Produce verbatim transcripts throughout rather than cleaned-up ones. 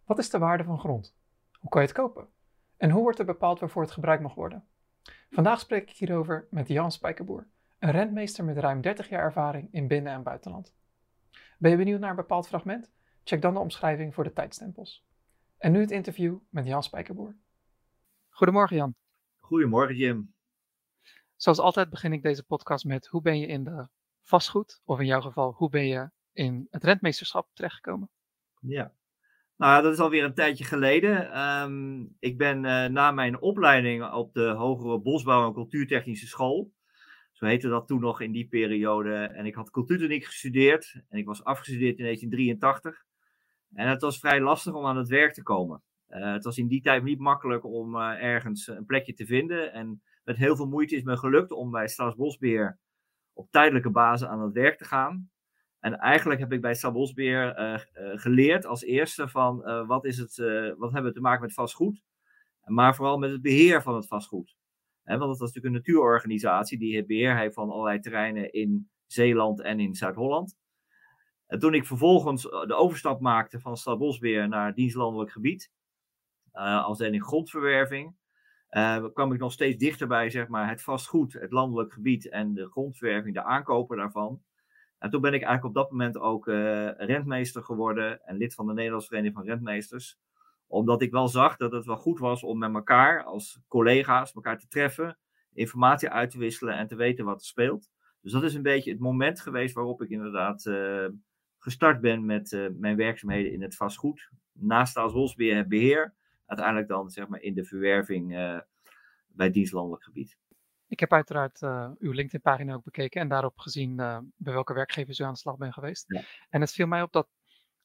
Wat is de waarde van grond? Hoe kan je het kopen? En hoe wordt er bepaald waarvoor het gebruikt mag worden? Vandaag spreek ik hierover met Jan Spijkerboer, een rentmeester met ruim dertig jaar ervaring in binnen- en buitenland. Ben je benieuwd naar een bepaald fragment? Check dan de omschrijving voor de tijdstempels. En nu het interview met Jan Spijkerboer. Goedemorgen Jan. Goedemorgen Jim. Zoals altijd begin ik deze podcast met hoe ben je in de vastgoed, of in jouw geval, hoe ben je in het rentmeesterschap terechtgekomen? Ja, nou dat is alweer een tijdje geleden. Um, ik ben uh, na mijn opleiding op de Hogere Bosbouw- en Cultuurtechnische School, zo heette dat toen nog in die periode, en ik had cultuurtechniek gestudeerd en ik was afgestudeerd in negentien drieëntachtig. En het was vrij lastig om aan het werk te komen. Uh, het was in die tijd niet makkelijk om uh, ergens een plekje te vinden. En met heel veel moeite is me gelukt om bij Staatsbosbeheer op tijdelijke basis aan het werk te gaan. En eigenlijk heb ik bij Staatsbosbeheer uh, uh, geleerd als eerste van uh, wat, is het, uh, wat hebben we te maken met vastgoed. Maar vooral met het beheer van het vastgoed. He, want het was natuurlijk een natuurorganisatie die het beheer heeft van allerlei terreinen in Zeeland en in Zuid-Holland. En toen ik vervolgens de overstap maakte van Staatsbosbeheer naar dienstlandelijk gebied, uh, als in grondverwerving, uh, kwam ik nog steeds dichterbij zeg maar, het vastgoed, het landelijk gebied en de grondverwerving, de aankopen daarvan. En toen ben ik eigenlijk op dat moment ook uh, rentmeester geworden en lid van de Nederlandse Vereniging van Rentmeesters. Omdat ik wel zag dat het wel goed was om met elkaar als collega's elkaar te treffen, informatie uit te wisselen en te weten wat er speelt. Dus dat is een beetje het moment geweest waarop ik inderdaad uh, gestart ben met uh, mijn werkzaamheden in het vastgoed. Naast Staatsbosbeheer het beheer, uiteindelijk dan zeg maar in de verwerving uh, bij dienstlandelijk gebied. Ik heb uiteraard uh, uw LinkedIn-pagina ook bekeken en daarop gezien uh, bij welke werkgevers u aan de slag bent geweest. Ja. En het viel mij op dat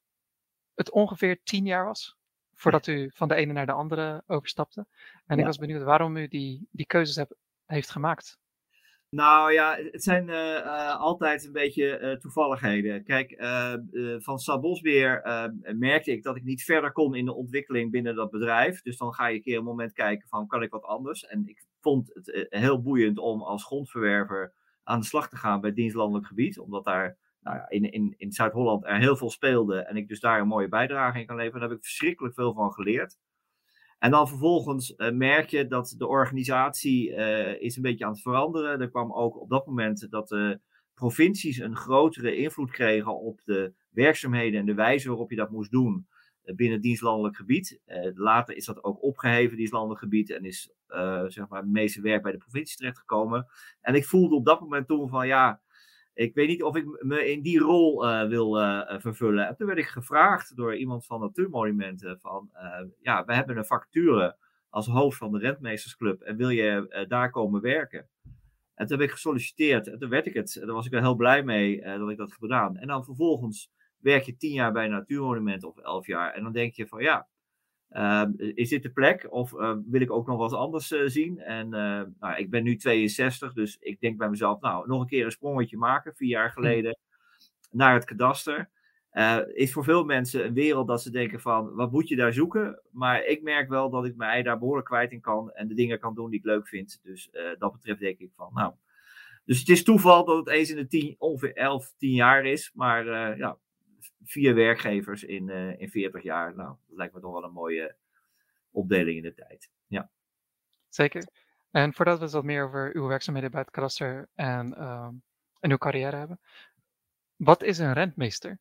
het ongeveer tien jaar was voordat u van de ene naar de andere overstapte. En ja. Ik was benieuwd waarom u die, die keuzes heb, heeft gemaakt. Nou ja, het zijn uh, uh, altijd een beetje uh, toevalligheden. Kijk, uh, uh, van Staatsbosbeheer uh, merkte ik dat ik niet verder kon in de ontwikkeling binnen dat bedrijf. Dus dan ga je een keer een moment kijken van, kan ik wat anders? En ik vond het uh, heel boeiend om als grondverwerver aan de slag te gaan bij dienstlandelijk gebied. Omdat daar nou ja, in, in, in Zuid-Holland er heel veel speelde en ik dus daar een mooie bijdrage in kan leveren. Daar heb ik verschrikkelijk veel van geleerd. En dan vervolgens uh, merk je dat de organisatie uh, is een beetje aan het veranderen. Er kwam ook op dat moment dat de provincies een grotere invloed kregen op de werkzaamheden en de wijze waarop je dat moest doen uh, binnen het dienstlandelijk gebied. Uh, later is dat ook opgeheven, dienstlandelijk gebied, en is uh, zeg maar het meeste werk bij de provincie terechtgekomen. En ik voelde op dat moment toen van ja, ik weet niet of ik me in die rol uh, wil uh, vervullen. En toen werd ik gevraagd door iemand van Natuurmonumenten van, uh, ja, we hebben een vacature als hoofd van de Rentmeestersclub en wil je uh, daar komen werken? En toen heb ik gesolliciteerd en toen werd ik het. En daar was ik er heel blij mee uh, dat ik dat heb gedaan. En dan vervolgens werk je tien jaar bij Natuurmonumenten of elf jaar. En dan denk je van ja, Uh, is dit de plek of uh, wil ik ook nog wat anders uh, zien? En uh, nou, ik ben nu tweeënzestig, dus ik denk bij mezelf, nou, nog een keer een sprongetje maken, vier jaar geleden, hmm. naar het kadaster. Uh, is voor veel mensen een wereld dat ze denken van, wat moet je daar zoeken? Maar ik merk wel dat ik mijn ei daar behoorlijk kwijt in kan en de dingen kan doen die ik leuk vind. Dus uh, dat betreft denk ik van, nou. Dus het is toeval dat het eens in de tien, ongeveer elf, tien jaar is, maar uh, ja, vier werkgevers in, uh, in veertig jaar. Nou, dat lijkt me toch wel een mooie opdeling in de tijd. Ja. Zeker. En voordat we het wat meer over uw werkzaamheden bij het kadaster en, uh, en uw carrière hebben. Wat is een rentmeester?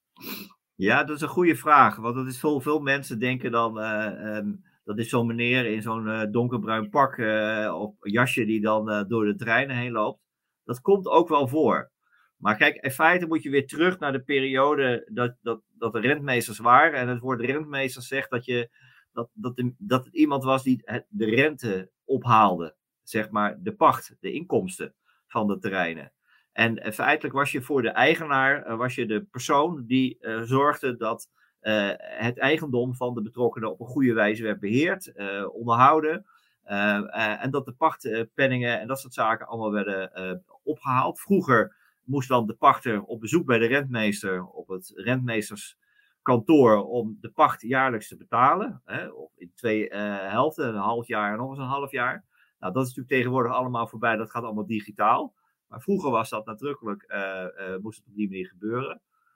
Ja, dat is een goede vraag. Want dat is veel, veel mensen denken dan, uh, um, dat is zo'n meneer in zo'n uh, donkerbruin pak uh, of jasje die dan uh, door de terreinen heen loopt. Dat komt ook wel voor. Maar kijk, in feite moet je weer terug naar de periode dat, dat, dat er rentmeesters waren. En het woord rentmeester zegt dat, je, dat, dat, de, dat het iemand was die het, de rente ophaalde. Zeg maar de pacht, de inkomsten van de terreinen. En uh, feitelijk was je voor de eigenaar, uh, was je de persoon die uh, zorgde dat uh, het eigendom van de betrokkenen op een goede wijze werd beheerd, uh, onderhouden. Uh, uh, en dat de pachtpenningen en dat soort zaken allemaal werden uh, opgehaald. Vroeger moest dan de pachter op bezoek bij de rentmeester op het rentmeesterskantoor om de pacht jaarlijks te betalen. Hè, of in twee uh, helften, een half jaar en nog eens een half jaar. Nou, dat is natuurlijk tegenwoordig allemaal voorbij, dat gaat allemaal digitaal. Maar vroeger was dat nadrukkelijk, uh, uh, moest het op die manier gebeuren.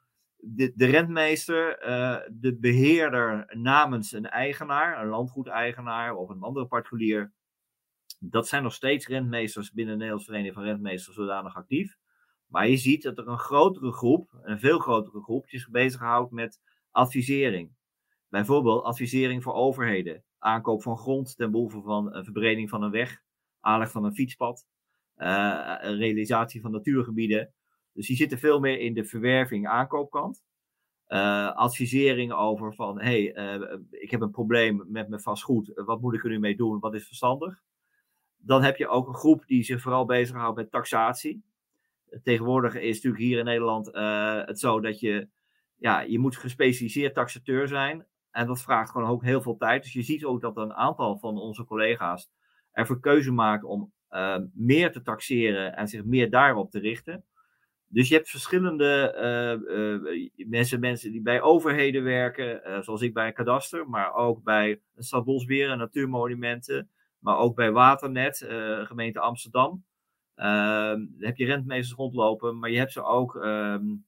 de, de rentmeester, uh, de beheerder namens een eigenaar, een landgoedeigenaar of een andere particulier, dat zijn nog steeds rentmeesters binnen de Nederlandse Vereniging van Rentmeesters zodanig actief. Maar je ziet dat er een grotere groep, een veel grotere groep, zich bezighoudt met advisering. Bijvoorbeeld advisering voor overheden, aankoop van grond ten behoeve van een verbreding van een weg, aanleg van een fietspad, uh, een realisatie van natuurgebieden. Dus die zitten veel meer in de verwerving aankoopkant. Uh, advisering over van, hé, hey, uh, ik heb een probleem met mijn vastgoed, wat moet ik er nu mee doen, wat is verstandig? Dan heb je ook een groep die zich vooral bezighoudt met taxatie. Tegenwoordig is natuurlijk hier in Nederland uh, het zo dat je, ja, je moet gespecialiseerd taxateur zijn. En dat vraagt gewoon ook heel veel tijd. Dus je ziet ook dat een aantal van onze collega's ervoor keuze maken om uh, meer te taxeren en zich meer daarop te richten. Dus je hebt verschillende uh, uh, mensen, mensen die bij overheden werken, uh, zoals ik bij een kadaster, maar ook bij Stad Bosbeheer en Natuurmonumenten, maar ook bij Waternet, uh, gemeente Amsterdam. Uh, daar heb je rentmeesters rondlopen, maar je hebt ze ook um,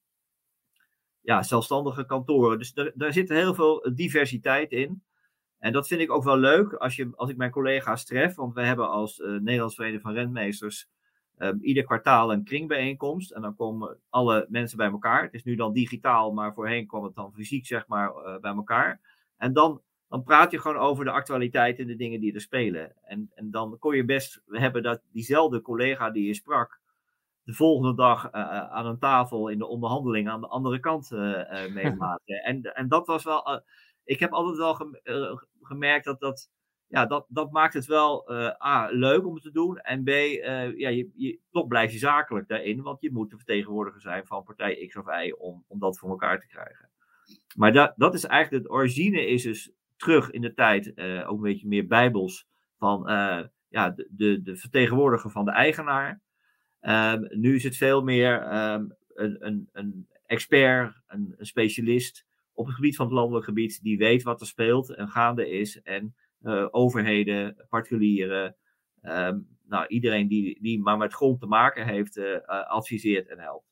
ja, zelfstandige kantoren. Dus daar, daar zit heel veel diversiteit in. En dat vind ik ook wel leuk als, je, als ik mijn collega's tref, want we hebben als uh, Nederlandse Vereniging van Rentmeesters Um, ieder kwartaal een kringbijeenkomst en dan komen alle mensen bij elkaar. Het is nu dan digitaal, maar voorheen kwam het dan fysiek zeg maar uh, bij elkaar. En dan, dan praat je gewoon over de actualiteit en de dingen die er spelen. En, en dan kon je best hebben dat diezelfde collega die je sprak de volgende dag uh, aan een tafel in de onderhandeling aan de andere kant uh, uh, meemaken. en, en dat was wel... Uh, ik heb altijd wel gem- uh, gemerkt dat dat... Ja, dat, dat maakt het wel uh, A, leuk om het te doen. En B, uh, ja, je, je, toch blijf je zakelijk daarin. Want je moet de vertegenwoordiger zijn van partij X of Y om, om dat voor elkaar te krijgen. Maar dat, dat is eigenlijk, het origine is dus terug in de tijd, uh, ook een beetje meer bijbels, van uh, ja, de, de, de vertegenwoordiger van de eigenaar. Um, nu is het veel meer um, een, een, een expert, een, een specialist op het gebied van het landelijk gebied, die weet wat er speelt en gaande is. En Uh, overheden, particulieren, um, nou, iedereen die, die maar met grond te maken heeft, uh, uh, adviseert en helpt.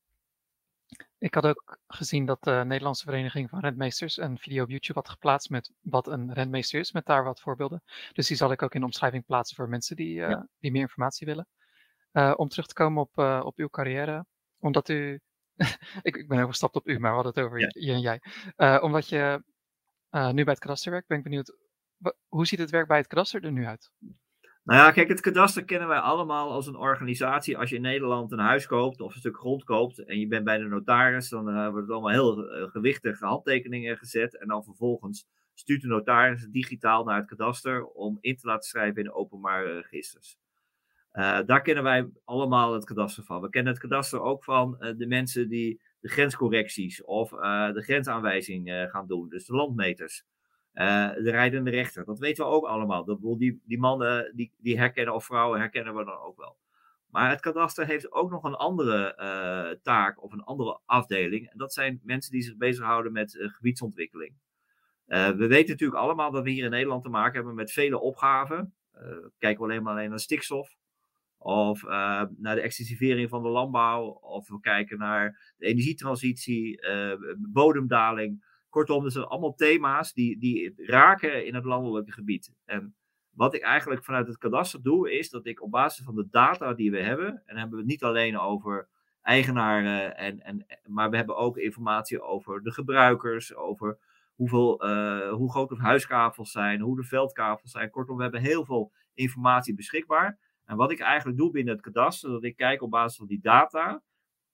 Ik had ook gezien dat de Nederlandse Vereniging van Rentmeesters een video op YouTube had geplaatst met wat een rentmeester is, met daar wat voorbeelden. Dus die zal ik ook in de omschrijving plaatsen voor mensen die, uh, ja. die meer informatie willen. Uh, om terug te komen op, uh, op uw carrière, omdat u, ik, ik ben overgestapt op u, maar we hadden het over ja. je en jij. Uh, omdat je uh, nu bij het kadaster werkt, ben ik benieuwd, hoe ziet het werk bij het kadaster er nu uit? Nou ja, kijk, het kadaster kennen wij allemaal als een organisatie. Als je in Nederland een huis koopt of een stuk grond koopt en je bent bij de notaris, dan uh, wordt het allemaal heel uh, gewichtige handtekeningen gezet. En dan vervolgens stuurt de notaris digitaal naar het kadaster om in te laten schrijven in de openbare registers. Uh, daar kennen wij allemaal het kadaster van. We kennen het kadaster ook van uh, de mensen die de grenscorrecties of uh, de grensaanwijzing uh, gaan doen. Dus de landmeters. Uh, de rijdende rechter, dat weten we ook allemaal. Dat, die, die mannen, die, die herkennen, of vrouwen herkennen we dan ook wel. Maar het kadaster heeft ook nog een andere uh, taak of een andere afdeling. En dat zijn mensen die zich bezighouden met uh, gebiedsontwikkeling. Uh, we weten natuurlijk allemaal dat we hier in Nederland te maken hebben met vele opgaven. Uh, kijken we alleen maar alleen naar stikstof. Of uh, naar de extensivering van de landbouw. Of we kijken naar de energietransitie, uh, bodemdaling. Kortom, dat zijn allemaal thema's die, die raken in het landelijke gebied. En wat ik eigenlijk vanuit het kadaster doe, is dat ik op basis van de data die we hebben, en dan hebben we het niet alleen over eigenaren, en, en, maar we hebben ook informatie over de gebruikers, over hoeveel, uh, hoe groot de huiskavels zijn, hoe de veldkavels zijn. Kortom, we hebben heel veel informatie beschikbaar. En wat ik eigenlijk doe binnen het kadaster, dat ik kijk op basis van die data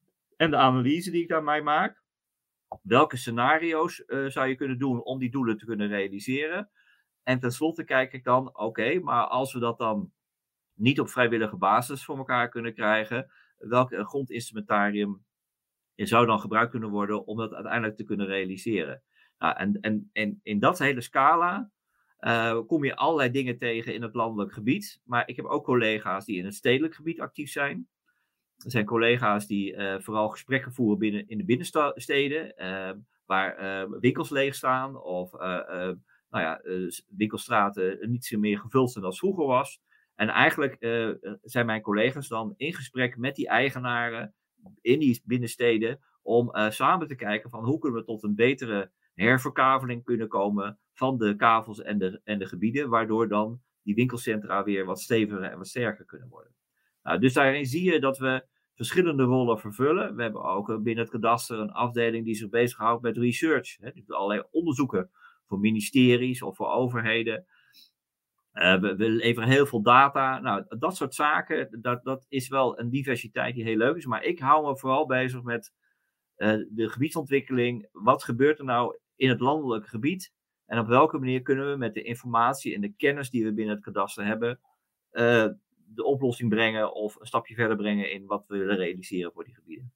en de analyse die ik daarmee maak. Welke scenario's uh, zou je kunnen doen om die doelen te kunnen realiseren? En tenslotte kijk ik dan, oké, okay, maar als we dat dan niet op vrijwillige basis voor elkaar kunnen krijgen, welk uh, grondinstrumentarium zou dan gebruikt kunnen worden om dat uiteindelijk te kunnen realiseren? Nou, en, en, en in dat hele scala uh, kom je allerlei dingen tegen in het landelijk gebied. Maar ik heb ook collega's die in het stedelijk gebied actief zijn. Er zijn collega's die uh, vooral gesprekken voeren binnen, in de binnensteden, uh, waar uh, winkels leeg staan of uh, uh, nou ja, uh, winkelstraten niet zo meer gevuld zijn als vroeger was. En eigenlijk uh, zijn mijn collega's dan in gesprek met die eigenaren in die binnensteden om uh, samen te kijken van hoe kunnen we tot een betere herverkaveling kunnen komen van de kavels en de, en de gebieden, waardoor dan die winkelcentra weer wat steviger en wat sterker kunnen worden. Nou, dus daarin zie je dat we verschillende rollen vervullen. We hebben ook binnen het kadaster een afdeling die zich bezighoudt met research. Hè, die doet allerlei onderzoeken voor ministeries of voor overheden. Uh, we, we leveren heel veel data. Nou, dat soort zaken, dat, dat is wel een diversiteit die heel leuk is. Maar ik hou me vooral bezig met uh, de gebiedsontwikkeling. Wat gebeurt er nou in het landelijk gebied? En op welke manier kunnen we met de informatie en de kennis die we binnen het kadaster hebben, uh, de oplossing brengen of een stapje verder brengen in wat we willen realiseren voor die gebieden.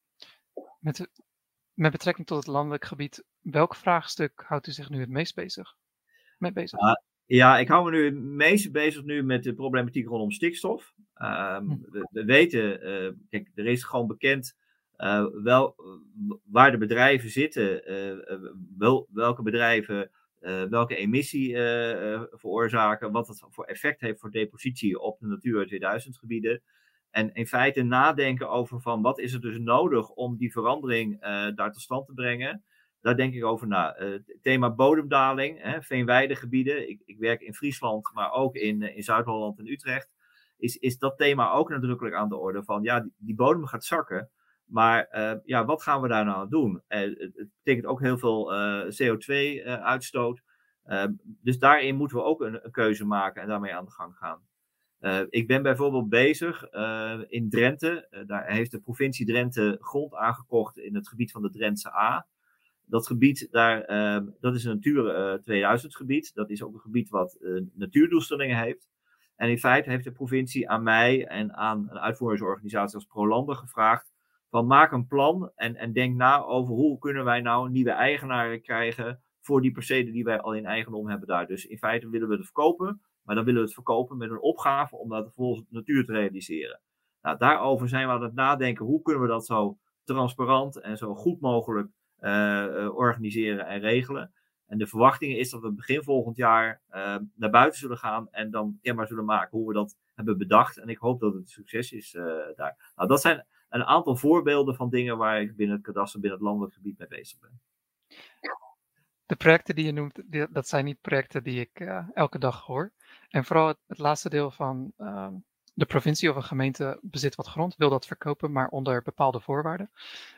Met, de, met betrekking tot het landelijk gebied, welk vraagstuk houdt u zich nu het meest bezig? Mee bezig? Uh, ja, ik hou me nu het meest bezig nu met de problematiek rondom stikstof. Um, hm. we, we weten, uh, kijk, er is gewoon bekend uh, wel, uh, waar de bedrijven zitten, uh, wel, welke bedrijven Uh, welke emissie uh, uh, veroorzaken, wat het voor effect heeft voor depositie op de Natura tweeduizend gebieden. En in feite nadenken over van wat is er dus nodig om die verandering uh, daar tot stand te brengen. Daar denk ik over na. Uh, het thema bodemdaling, hè, veenweidegebieden. Ik, ik werk in Friesland, maar ook in, uh, in Zuid-Holland en Utrecht. Is, is dat thema ook nadrukkelijk aan de orde van ja, die, die bodem gaat zakken. Maar uh, ja, wat gaan we daar nou aan doen? Uh, het, het betekent ook heel veel uh, C O twee uitstoot. Uh, dus daarin moeten we ook een, een keuze maken en daarmee aan de gang gaan. Uh, ik ben bijvoorbeeld bezig uh, in Drenthe. Uh, daar heeft de provincie Drenthe grond aangekocht in het gebied van de Drentse A. Dat gebied, daar, uh, dat is een Natura tweeduizend gebied. Dat is ook een gebied wat uh, natuurdoelstellingen heeft. En in feite heeft de provincie aan mij en aan een uitvoeringsorganisatie als ProLanden gevraagd van maak een plan en, en denk na over hoe kunnen wij nou nieuwe eigenaren krijgen voor die percelen die wij al in eigendom hebben daar. Dus in feite willen we het verkopen, maar dan willen we het verkopen met een opgave om dat volgens de natuur te realiseren. Nou, daarover zijn we aan het nadenken, hoe kunnen we dat zo transparant en zo goed mogelijk uh, uh, organiseren en regelen. En de verwachting is dat we begin volgend jaar uh, naar buiten zullen gaan en dan kenbaar zullen maken hoe we dat hebben bedacht. En ik hoop dat het een succes is uh, daar. Nou, dat zijn een aantal voorbeelden van dingen waar ik binnen het kadaster, binnen het landelijk gebied mee bezig ben. De projecten die je noemt, die, dat zijn niet projecten die ik uh, elke dag hoor. En vooral het, het laatste deel van uh, de provincie of een gemeente bezit wat grond, wil dat verkopen, maar onder bepaalde voorwaarden.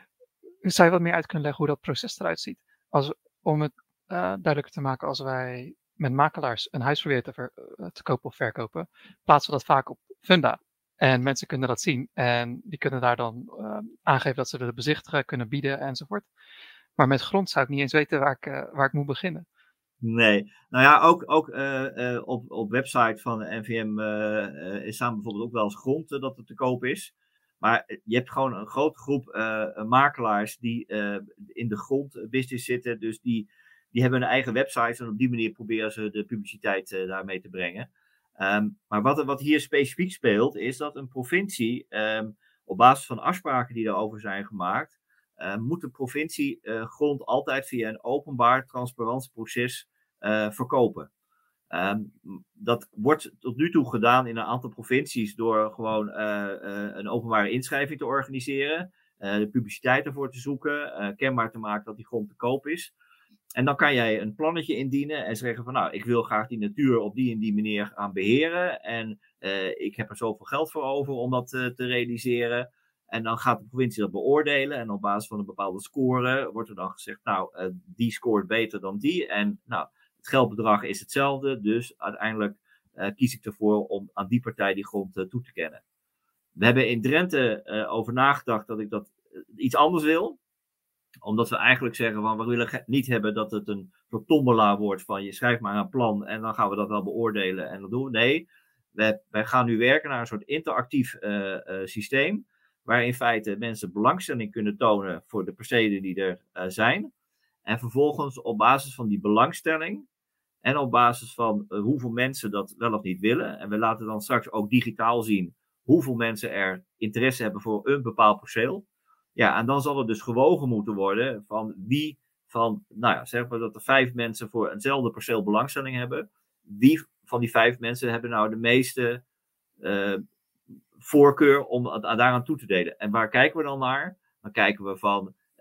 Zou je wat meer uit kunnen leggen hoe dat proces eruit ziet? Als, om het uh, duidelijker te maken, als wij met makelaars een huis proberen te, ver, uh, te kopen of verkopen, plaatsen we dat vaak op Funda. En mensen kunnen dat zien en die kunnen daar dan uh, aangeven dat ze willen bezichtigen, kunnen bieden enzovoort. Maar met grond zou ik niet eens weten waar ik, uh, waar ik moet beginnen. Nee, nou ja, ook, ook uh, uh, op, op website van de N V M uh, uh, is staan bijvoorbeeld ook wel eens grond uh, dat het te koop is. Maar je hebt gewoon een grote groep uh, makelaars die uh, in de grondbusiness zitten. Dus die, die hebben hun eigen websites en op die manier proberen ze de publiciteit uh, daarmee te brengen. Um, maar wat, wat hier specifiek speelt is dat een provincie um, op basis van afspraken die daarover zijn gemaakt, Uh, moet de provincie uh, grond altijd via een openbaar, transparant proces uh, verkopen. Um, dat wordt tot nu toe gedaan in een aantal provincies door gewoon uh, uh, een openbare inschrijving te organiseren, uh, de publiciteit ervoor te zoeken, uh, kenbaar te maken dat die grond te koop is. En dan kan jij een plannetje indienen en zeggen van nou, ik wil graag die natuur op die en die manier gaan beheren en uh, ik heb er zoveel geld voor over om dat uh, te realiseren. En dan gaat de provincie dat beoordelen. En op basis van een bepaalde score wordt er dan gezegd, nou, uh, die scoort beter dan die. En nou, het geldbedrag is hetzelfde. Dus uiteindelijk uh, kies ik ervoor om aan die partij die grond uh, toe te kennen. We hebben in Drenthe uh, over nagedacht dat ik dat uh, iets anders wil. Omdat we eigenlijk zeggen, van, we willen niet hebben dat het een soort tombola wordt van je schrijft maar een plan en dan gaan we dat wel beoordelen en dat doen we. Nee, wij, wij gaan nu werken naar een soort interactief uh, uh, systeem. Waar in feite mensen belangstelling kunnen tonen voor de percelen die er uh, zijn. En vervolgens op basis van die belangstelling en op basis van uh, hoeveel mensen dat wel of niet willen. En we laten dan straks ook digitaal zien hoeveel mensen er interesse hebben voor een bepaald perceel. Ja, en dan zal er dus gewogen moeten worden van wie van, nou ja, zeg maar dat er vijf mensen voor eenzelfde perceel belangstelling hebben. Wie van die vijf mensen hebben nou de meeste uh, voorkeur om daaraan toe te delen. En waar kijken we dan naar? Dan kijken we van,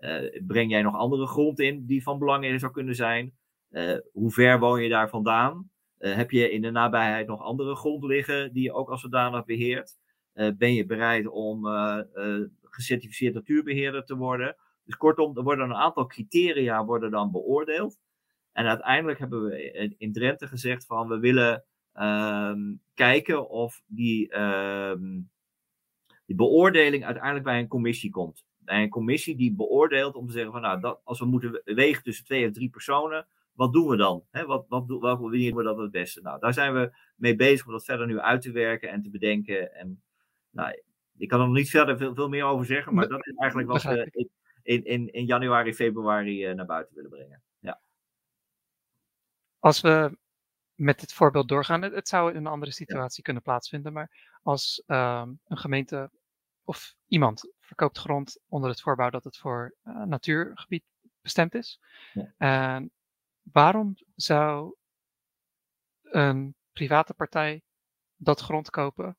Uh, breng jij nog andere grond in die van belang zou kunnen zijn? Uh, hoe ver woon je daar vandaan? Uh, heb je in de nabijheid nog andere grond liggen die je ook als zodanig beheert? Uh, ben je bereid om uh, uh, gecertificeerd natuurbeheerder te worden? Dus kortom, er worden een aantal criteria worden dan beoordeeld. En uiteindelijk hebben we in Drenthe gezegd van we willen uh, kijken of die, uh, die beoordeling uiteindelijk bij een commissie komt. Bij een commissie die beoordeelt om te zeggen van nou, dat, als we moeten wegen tussen twee of drie personen, wat doen we dan? He, wat, wat, welke manier doen we dat het beste? Nou, daar zijn we mee bezig om dat verder nu uit te werken en te bedenken. En nou, ik kan er nog niet verder veel, veel meer over zeggen, maar dat is eigenlijk wat we in, in, in, in januari, februari uh, naar buiten willen brengen. Ja. Als we met dit voorbeeld doorgaan, het, het zou in een andere situatie ja. kunnen plaatsvinden, maar als um, een gemeente of iemand verkoopt grond onder het voorbouw dat het voor uh, natuurgebied bestemd is. Ja. En waarom zou een private partij dat grond kopen?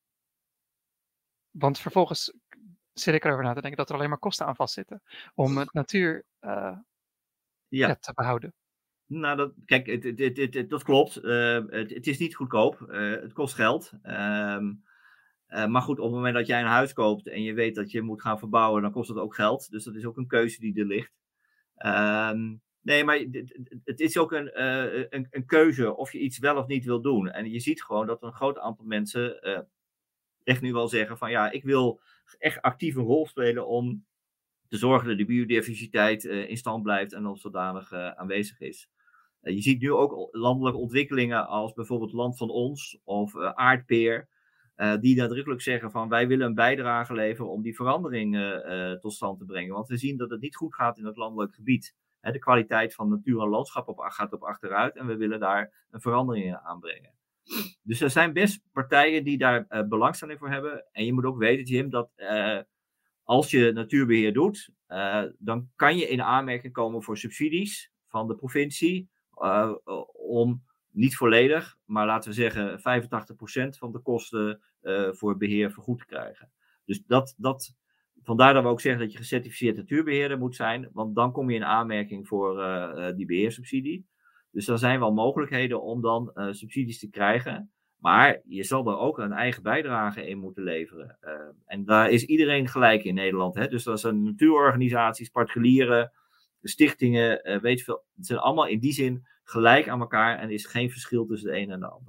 Want vervolgens zit ik erover na te denken dat er alleen maar kosten aan vastzitten om het natuur uh, ja. Ja, te behouden. Nou, dat, kijk, het, het, het, het, dat klopt. Uh, het, het is niet goedkoop. Uh, het kost geld. Um, uh, maar goed, op het moment dat jij een huis koopt en je weet dat je moet gaan verbouwen, dan kost het ook geld. Dus dat is ook een keuze die er ligt. Um, nee, maar het, het is ook een, uh, een, een keuze of je iets wel of niet wil doen. En je ziet gewoon dat een groot aantal mensen uh, echt nu wel zeggen van ja, ik wil echt actief een rol spelen om te zorgen dat de biodiversiteit uh, in stand blijft en als zodanig uh, aanwezig is. Uh, je ziet nu ook landelijke ontwikkelingen als bijvoorbeeld Land van Ons of uh, Aardpeer, uh, die nadrukkelijk zeggen van wij willen een bijdrage leveren om die veranderingen uh, tot stand te brengen. Want we zien dat het niet goed gaat in het landelijk gebied. Hè, de kwaliteit van natuur en landschap op, gaat op achteruit en we willen daar een verandering in aanbrengen. Dus er zijn best partijen die daar uh, belangstelling voor hebben. En je moet ook weten, Jim, dat uh, als je natuurbeheer doet, uh, dan kan je in aanmerking komen voor subsidies van de provincie uh, om niet volledig, maar laten we zeggen vijfentachtig procent van de kosten uh, voor beheer vergoed te krijgen. Dus dat, dat, vandaar dat we ook zeggen dat je gecertificeerd natuurbeheerder moet zijn, want dan kom je in aanmerking voor uh, uh, die beheersubsidie. Dus er zijn wel mogelijkheden om dan uh, subsidies te krijgen. Maar je zal er ook een eigen bijdrage in moeten leveren. Uh, en daar is iedereen gelijk in Nederland. Hè? Dus dat zijn natuurorganisaties, particulieren, stichtingen, uh, weet je veel. Het zijn allemaal in die zin gelijk aan elkaar en er is geen verschil tussen de een en de ander.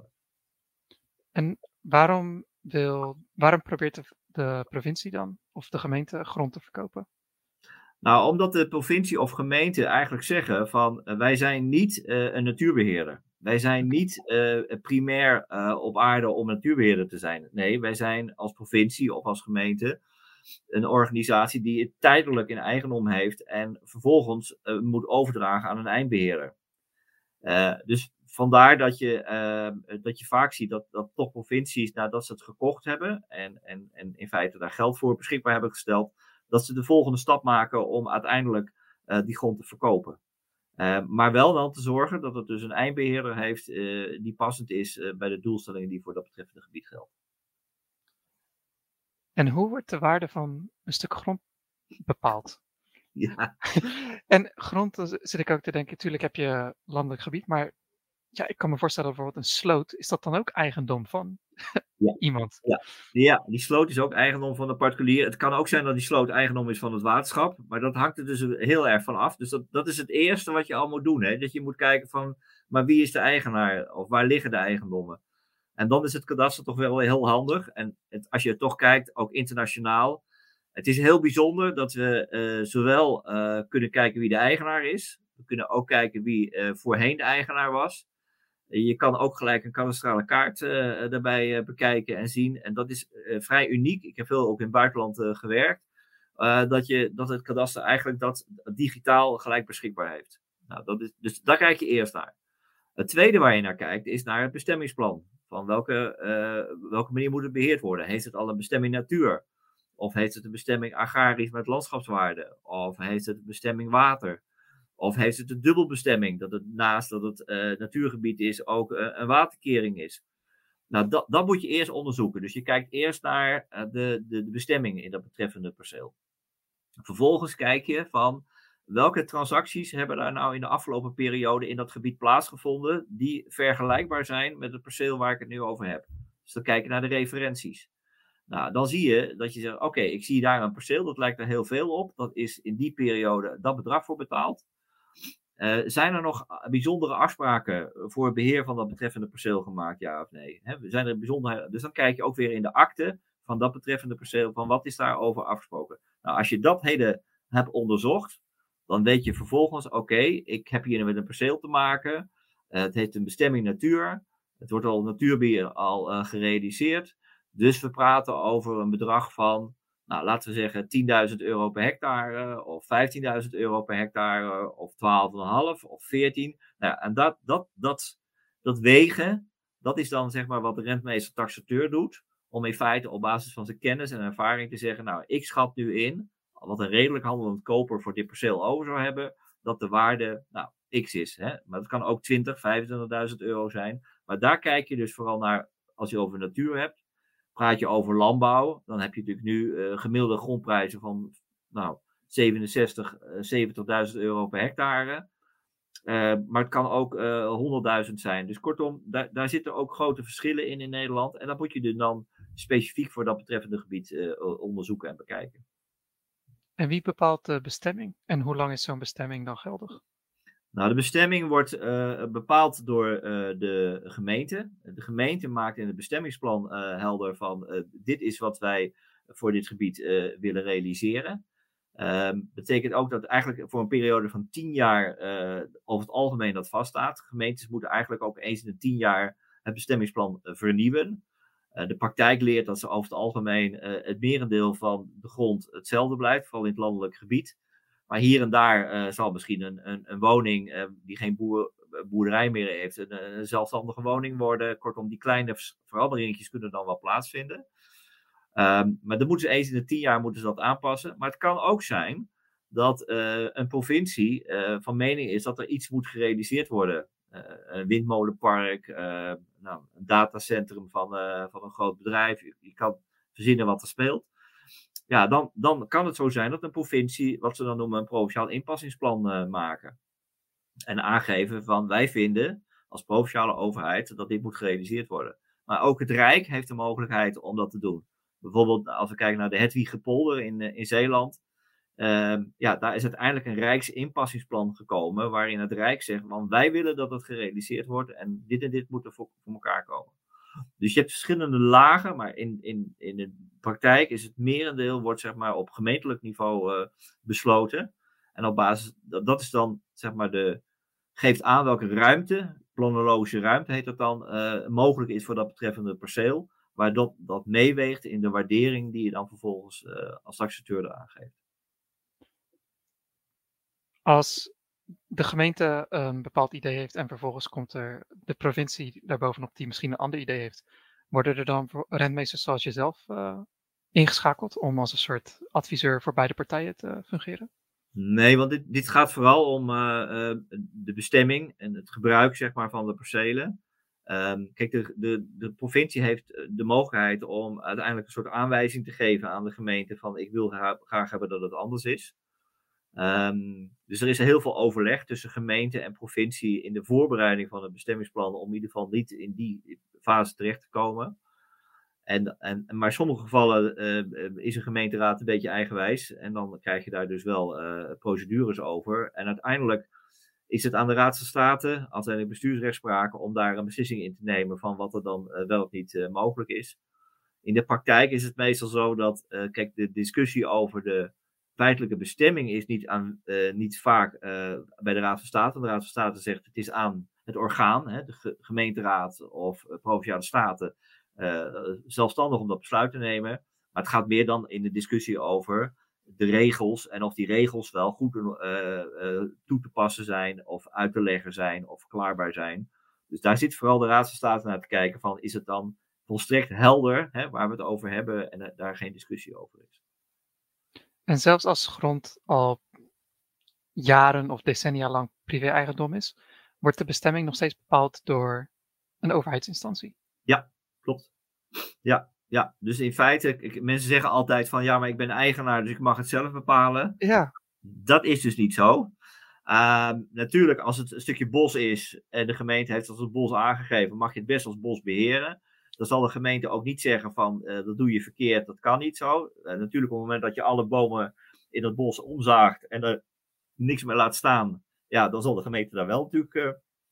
En waarom, wil, waarom probeert de, de provincie dan of de gemeente grond te verkopen? Nou, omdat de provincie of gemeente eigenlijk zeggen van uh, wij zijn niet uh, een natuurbeheerder. Wij zijn niet uh, primair uh, op aarde om natuurbeheerder te zijn. Nee, wij zijn als provincie of als gemeente een organisatie die het tijdelijk in eigendom heeft en vervolgens uh, moet overdragen aan een eindbeheerder. Uh, dus vandaar dat je, uh, dat je vaak ziet dat, dat toch provincies, nadat ze het gekocht hebben en, en, en in feite daar geld voor beschikbaar hebben gesteld, dat ze de volgende stap maken om uiteindelijk uh, die grond te verkopen. Uh, maar wel dan te zorgen dat het dus een eindbeheerder heeft uh, die passend is uh, bij de doelstellingen die voor dat betreffende gebied gelden. En hoe wordt de waarde van een stuk grond bepaald? Ja. En grond, dan zit ik ook te denken, natuurlijk heb je landelijk gebied, maar ja, ik kan me voorstellen bijvoorbeeld een sloot, is dat dan ook eigendom van ja. iemand? Ja. ja, die sloot is ook eigendom van de particulier. Het kan ook zijn dat die sloot eigendom is van het waterschap, maar dat hangt er dus heel erg van af. Dus dat, dat is het eerste wat je al moet doen. Hè? Dat je moet kijken van, maar wie is de eigenaar? Of waar liggen de eigendommen? En dan is het kadaster toch wel heel handig. En het, als je toch kijkt, ook internationaal. Het is heel bijzonder dat we uh, zowel uh, kunnen kijken wie de eigenaar is. We kunnen ook kijken wie uh, voorheen de eigenaar was. Je kan ook gelijk een kadastrale kaart uh, daarbij uh, bekijken en zien. En dat is uh, vrij uniek. Ik heb veel ook in het buitenland uh, gewerkt. Uh, dat, je, dat het kadaster eigenlijk dat digitaal gelijk beschikbaar heeft. Nou, dat is, dus daar kijk je eerst naar. Het tweede waar je naar kijkt is naar het bestemmingsplan. Van welke, uh, welke manier moet het beheerd worden? Heeft het al een bestemming natuur? Of heeft het een bestemming agrarisch met landschapswaarde? Of heeft het een bestemming water? Of heeft het een dubbelbestemming, dat het naast dat het uh, natuurgebied is, ook uh, een waterkering is? Nou, dat, dat moet je eerst onderzoeken. Dus je kijkt eerst naar uh, de, de, de bestemmingen in dat betreffende perceel. Vervolgens kijk je van welke transacties hebben daar nou in de afgelopen periode in dat gebied plaatsgevonden die vergelijkbaar zijn met het perceel waar ik het nu over heb. Dus dan kijk je naar de referenties. Nou, dan zie je dat je zegt, oké, okay, ik zie daar een perceel, dat lijkt er heel veel op. Dat is in die periode dat bedrag voor betaald. Uh, zijn er nog bijzondere afspraken voor het beheer van dat betreffende perceel gemaakt, ja of nee? Hè? Zijn er bijzondere, dus dan kijk je ook weer in de akte van dat betreffende perceel, van wat is daarover afgesproken. Nou, als je dat hele hebt onderzocht, dan weet je vervolgens, oké, okay, ik heb hier met een perceel te maken. Uh, het heeft een bestemming natuur. Het wordt al natuurbeheer al uh, gerealiseerd. Dus we praten over een bedrag van, nou, laten we zeggen tienduizend euro per hectare, of vijftienduizend euro per hectare, of twaalf komma vijf of veertien. Nou, en dat, dat, dat, dat wegen, dat is dan zeg maar wat de rentmeester taxateur doet, om in feite op basis van zijn kennis en ervaring te zeggen, nou, ik schat nu in, wat een redelijk handelend koper voor dit perceel over zou hebben, dat de waarde, nou, x is. Hè? Maar dat kan ook twintig, vijfentwintigduizend euro zijn. Maar daar kijk je dus vooral naar, als je over natuur hebt. Praat je over landbouw, dan heb je natuurlijk nu uh, gemiddelde grondprijzen van nou, zevenenzestig, zeventigduizend euro per hectare. Uh, maar het kan ook uh, honderdduizend zijn. Dus kortom, daar, daar zitten ook grote verschillen in in Nederland. En dat moet je dus dan specifiek voor dat betreffende gebied uh, onderzoeken en bekijken. En wie bepaalt de bestemming? En hoe lang is zo'n bestemming dan geldig? Nou, de bestemming wordt uh, bepaald door uh, de gemeente. De gemeente maakt in het bestemmingsplan uh, helder van uh, dit is wat wij voor dit gebied uh, willen realiseren. Dat uh, betekent ook dat eigenlijk voor een periode van tien jaar uh, over het algemeen dat vaststaat. Gemeentes moeten eigenlijk ook eens in de tien jaar het bestemmingsplan uh, vernieuwen. Uh, de praktijk leert dat ze over het algemeen uh, het merendeel van de grond hetzelfde blijft, vooral in het landelijk gebied. Maar hier en daar uh, zal misschien een, een, een woning uh, die geen boer, boerderij meer heeft, een, een zelfstandige woning worden. Kortom, die kleine veranderingetjes kunnen dan wel plaatsvinden. Um, maar dan moeten ze eens in de tien jaar moeten ze dat aanpassen. Maar het kan ook zijn dat uh, een provincie uh, van mening is dat er iets moet gerealiseerd worden. Uh, een windmolenpark, uh, nou, een datacentrum van, uh, van een groot bedrijf. Je, je kan verzinnen wat er speelt. Ja, dan, dan kan het zo zijn dat een provincie, wat ze dan noemen, een provinciaal inpassingsplan uh, maken. En aangeven van, wij vinden als provinciale overheid dat dit moet gerealiseerd worden. Maar ook het Rijk heeft de mogelijkheid om dat te doen. Bijvoorbeeld als we kijken naar de Hedwigepolder in, uh, in Zeeland. Uh, ja, daar is uiteindelijk een Rijksinpassingsplan gekomen, waarin het Rijk zegt, van, wij willen dat het gerealiseerd wordt en dit en dit moet er voor, voor elkaar komen. Dus je hebt verschillende lagen, maar in, in, in de praktijk is het merendeel wordt zeg maar op gemeentelijk niveau uh, besloten. En op basis, dat, dat is dan zeg maar de, geeft aan welke ruimte, planologische ruimte heet dat dan, uh, mogelijk is voor dat betreffende perceel. Waar dat, dat meeweegt in de waardering die je dan vervolgens uh, als taxateur aangeeft. Als de gemeente een bepaald idee heeft en vervolgens komt er de provincie daarbovenop die misschien een ander idee heeft, worden er dan rentmeesters zoals jezelf uh, ingeschakeld om als een soort adviseur voor beide partijen te fungeren? Nee, want dit, dit gaat vooral om uh, uh, de bestemming en het gebruik zeg maar, van de percelen. Um, kijk, de, de, de provincie heeft de mogelijkheid om uiteindelijk een soort aanwijzing te geven aan de gemeente van ik wil graag, graag hebben dat het anders is. Um, dus er is heel veel overleg tussen gemeente en provincie in de voorbereiding van het bestemmingsplan om in ieder geval niet in die fase terecht te komen. En, en, maar in sommige gevallen uh, is een gemeenteraad een beetje eigenwijs en dan krijg je daar dus wel uh, procedures over. En uiteindelijk is het aan de Raad van State, uiteindelijk bestuursrechtspraken, om daar een beslissing in te nemen van wat er dan uh, wel of niet uh, mogelijk is. In de praktijk is het meestal zo dat, uh, kijk, de discussie over de feitelijke bestemming is niet, aan, uh, niet vaak uh, bij de Raad van State. De Raad van State zegt het is aan het orgaan, hè, de ge- gemeenteraad of uh, provinciale staten, uh, zelfstandig om dat besluit te nemen. Maar het gaat meer dan in de discussie over de regels en of die regels wel goed uh, uh, toe te passen zijn of uit te leggen zijn of klaarbaar zijn. Dus daar zit vooral de Raad van State naar te kijken van is het dan volstrekt helder hè, waar we het over hebben en uh, daar geen discussie over is. En zelfs als grond al jaren of decennia lang privé-eigendom is, wordt de bestemming nog steeds bepaald door een overheidsinstantie? Ja, klopt. Ja. Ja, dus in feite, ik, mensen zeggen altijd van ja, maar ik ben eigenaar, dus ik mag het zelf bepalen. Ja. Dat is dus niet zo. Uh, natuurlijk, als het een stukje bos is en de gemeente heeft als het bos aangegeven, mag je het best als bos beheren. Dan zal de gemeente ook niet zeggen van uh, dat doe je verkeerd, dat kan niet zo. Uh, natuurlijk op het moment dat je alle bomen in het bos omzaagt en er niks meer laat staan, ja, dan zal de gemeente daar wel natuurlijk uh,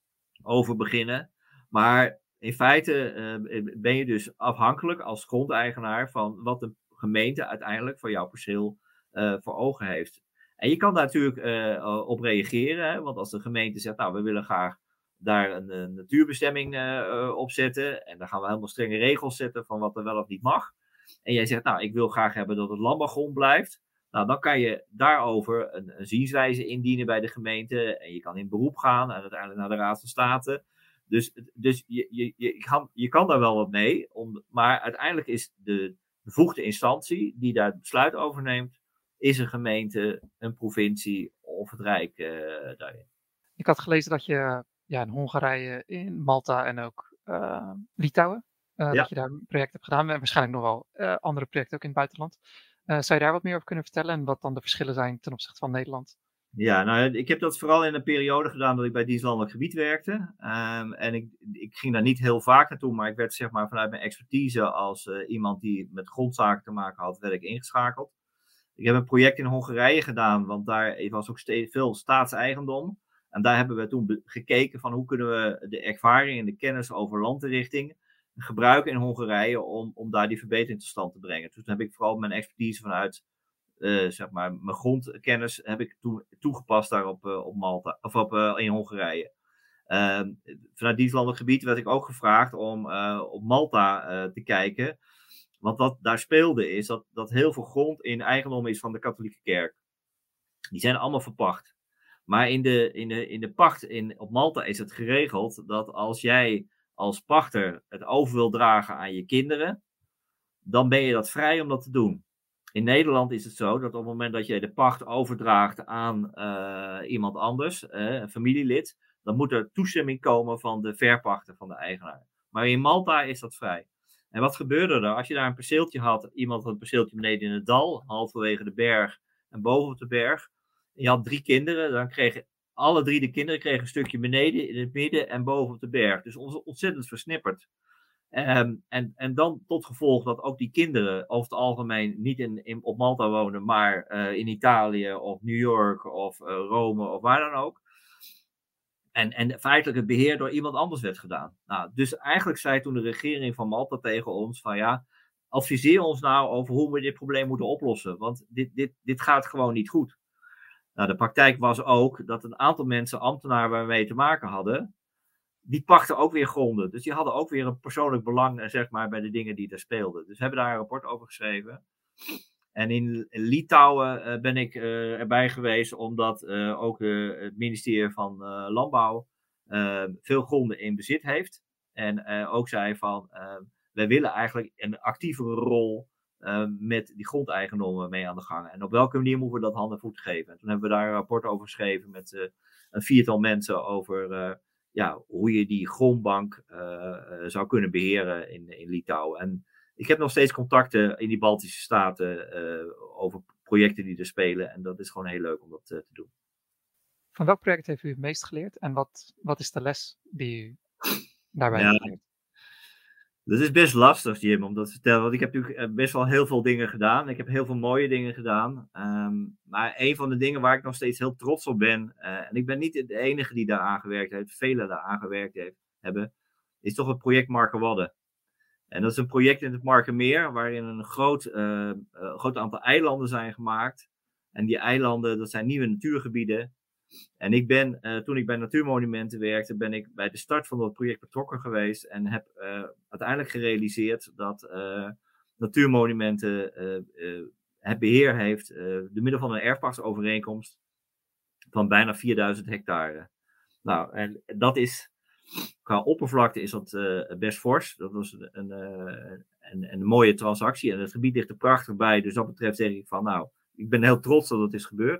over beginnen. Maar in feite uh, ben je dus afhankelijk als grondeigenaar van wat de gemeente uiteindelijk voor jouw perceel uh, voor ogen heeft. En je kan daar natuurlijk uh, op reageren, hè? Want als de gemeente zegt, nou, we willen graag daar een, een natuurbestemming uh, op zetten, en dan gaan we helemaal strenge regels zetten van wat er wel of niet mag. En jij zegt, nou, ik wil graag hebben dat het landbouwgrond blijft. Nou, dan kan je daarover een, een zienswijze indienen bij de gemeente. En je kan in beroep gaan en uiteindelijk naar de Raad van State. Dus, dus je, je, je, kan, je kan daar wel wat mee. Om, maar uiteindelijk is de bevoegde instantie die daar het besluit over neemt, is een gemeente, een provincie of het Rijk uh, daarin. Ik had gelezen dat je ja, in Hongarije, in Malta en ook uh, Litouwen, uh, ja. dat je daar een project hebt gedaan. En waarschijnlijk nog wel uh, andere projecten ook in het buitenland. Uh, zou je daar wat meer over kunnen vertellen en wat dan de verschillen zijn ten opzichte van Nederland? Ja, nou, ik heb dat vooral in een periode gedaan dat ik bij dienstlandelijk gebied werkte. Um, en ik, ik ging daar niet heel vaak naartoe, maar ik werd zeg maar vanuit mijn expertise als uh, iemand die met grondzaken te maken had, werd ik ingeschakeld. Ik heb een project in Hongarije gedaan, want daar was ook steeds veel staatseigendom. En daar hebben we toen gekeken van hoe kunnen we de ervaring en de kennis over landinrichting gebruiken in Hongarije om, om daar die verbetering tot stand te brengen. Dus toen heb ik vooral mijn expertise vanuit uh, zeg maar, mijn grondkennis heb ik toen toegepast daar op, uh, op Malta, of op, uh, in Hongarije. Uh, vanuit dienstlandelijk gebied werd ik ook gevraagd om uh, op Malta uh, te kijken. Want wat daar speelde is dat, dat heel veel grond in eigendom is van de katholieke kerk. Die zijn allemaal verpacht. Maar in de, in de, in de pacht in, op Malta is het geregeld dat als jij als pachter het over wil dragen aan je kinderen, dan ben je dat vrij om dat te doen. In Nederland is het zo dat op het moment dat je de pacht overdraagt aan uh, iemand anders, uh, een familielid, dan moet er toestemming komen van de verpachter, van de eigenaar. Maar in Malta is dat vrij. En wat gebeurde er? Als je daar een perceeltje had, iemand had een perceeltje beneden in het dal, halverwege de berg en boven op de berg. En je had drie kinderen, dan kregen alle drie de kinderen kregen een stukje beneden, in het midden en boven op de berg. Dus ontzettend versnipperd. Um, en, en dan tot gevolg dat ook die kinderen over het algemeen niet in, in, op Malta wonen, maar uh, in Italië of New York of uh, Rome of waar dan ook. En, en feitelijk het beheer door iemand anders werd gedaan. Nou, dus eigenlijk zei toen de regering van Malta tegen ons van ja, adviseer ons nou over hoe we dit probleem moeten oplossen. Want dit, dit, dit gaat gewoon niet goed. Nou, de praktijk was ook dat een aantal mensen, ambtenaren waar we mee te maken hadden, die pachten ook weer gronden. Dus die hadden ook weer een persoonlijk belang, zeg maar, bij de dingen die er speelden. Dus we hebben daar een rapport over geschreven. En in Litouwen uh, ben ik uh, erbij geweest, omdat uh, ook uh, het ministerie van uh, Landbouw uh, veel gronden in bezit heeft. En uh, ook zei van, uh, wij willen eigenlijk een actievere rol uh, met die grondeigendommen mee aan de gang. En op welke manier moeten we dat hand en voet geven? En toen hebben we daar een rapport over geschreven met uh, een viertal mensen over uh, ja, hoe je die grondbank uh, uh, zou kunnen beheren in, in Litouwen. En ik heb nog steeds contacten in die Baltische Staten uh, over projecten die er spelen. En dat is gewoon heel leuk om dat uh, te doen. Van welk project heeft u het meest geleerd? En wat, wat is de les die u daarbij ja, hebt geleerd? Dat is best lastig, Jim, om dat te vertellen. Want ik heb natuurlijk best wel heel veel dingen gedaan. Ik heb heel veel mooie dingen gedaan. Um, maar een van de dingen waar ik nog steeds heel trots op ben. Uh, en ik ben niet de enige die daar aan gewerkt heeft. Velen daar aan gewerkt heeft, hebben. Is toch het project Markerwadden. En dat is een project in het Markermeer, waarin een groot, uh, uh, groot aantal eilanden zijn gemaakt. En die eilanden, dat zijn nieuwe natuurgebieden. En ik ben, uh, toen ik bij Natuurmonumenten werkte, ben ik bij de start van dat project betrokken geweest. En heb uh, uiteindelijk gerealiseerd dat uh, Natuurmonumenten uh, uh, het beheer heeft, uh, door middel van een erfpachtsovereenkomst, van bijna vierduizend hectare. Nou, en dat is... Qua oppervlakte is dat uh, best fors. Dat was een, een, een, een mooie transactie. En het gebied ligt er prachtig bij. Dus dat betreft zeg ik van, nou, ik ben heel trots dat het is gebeurd.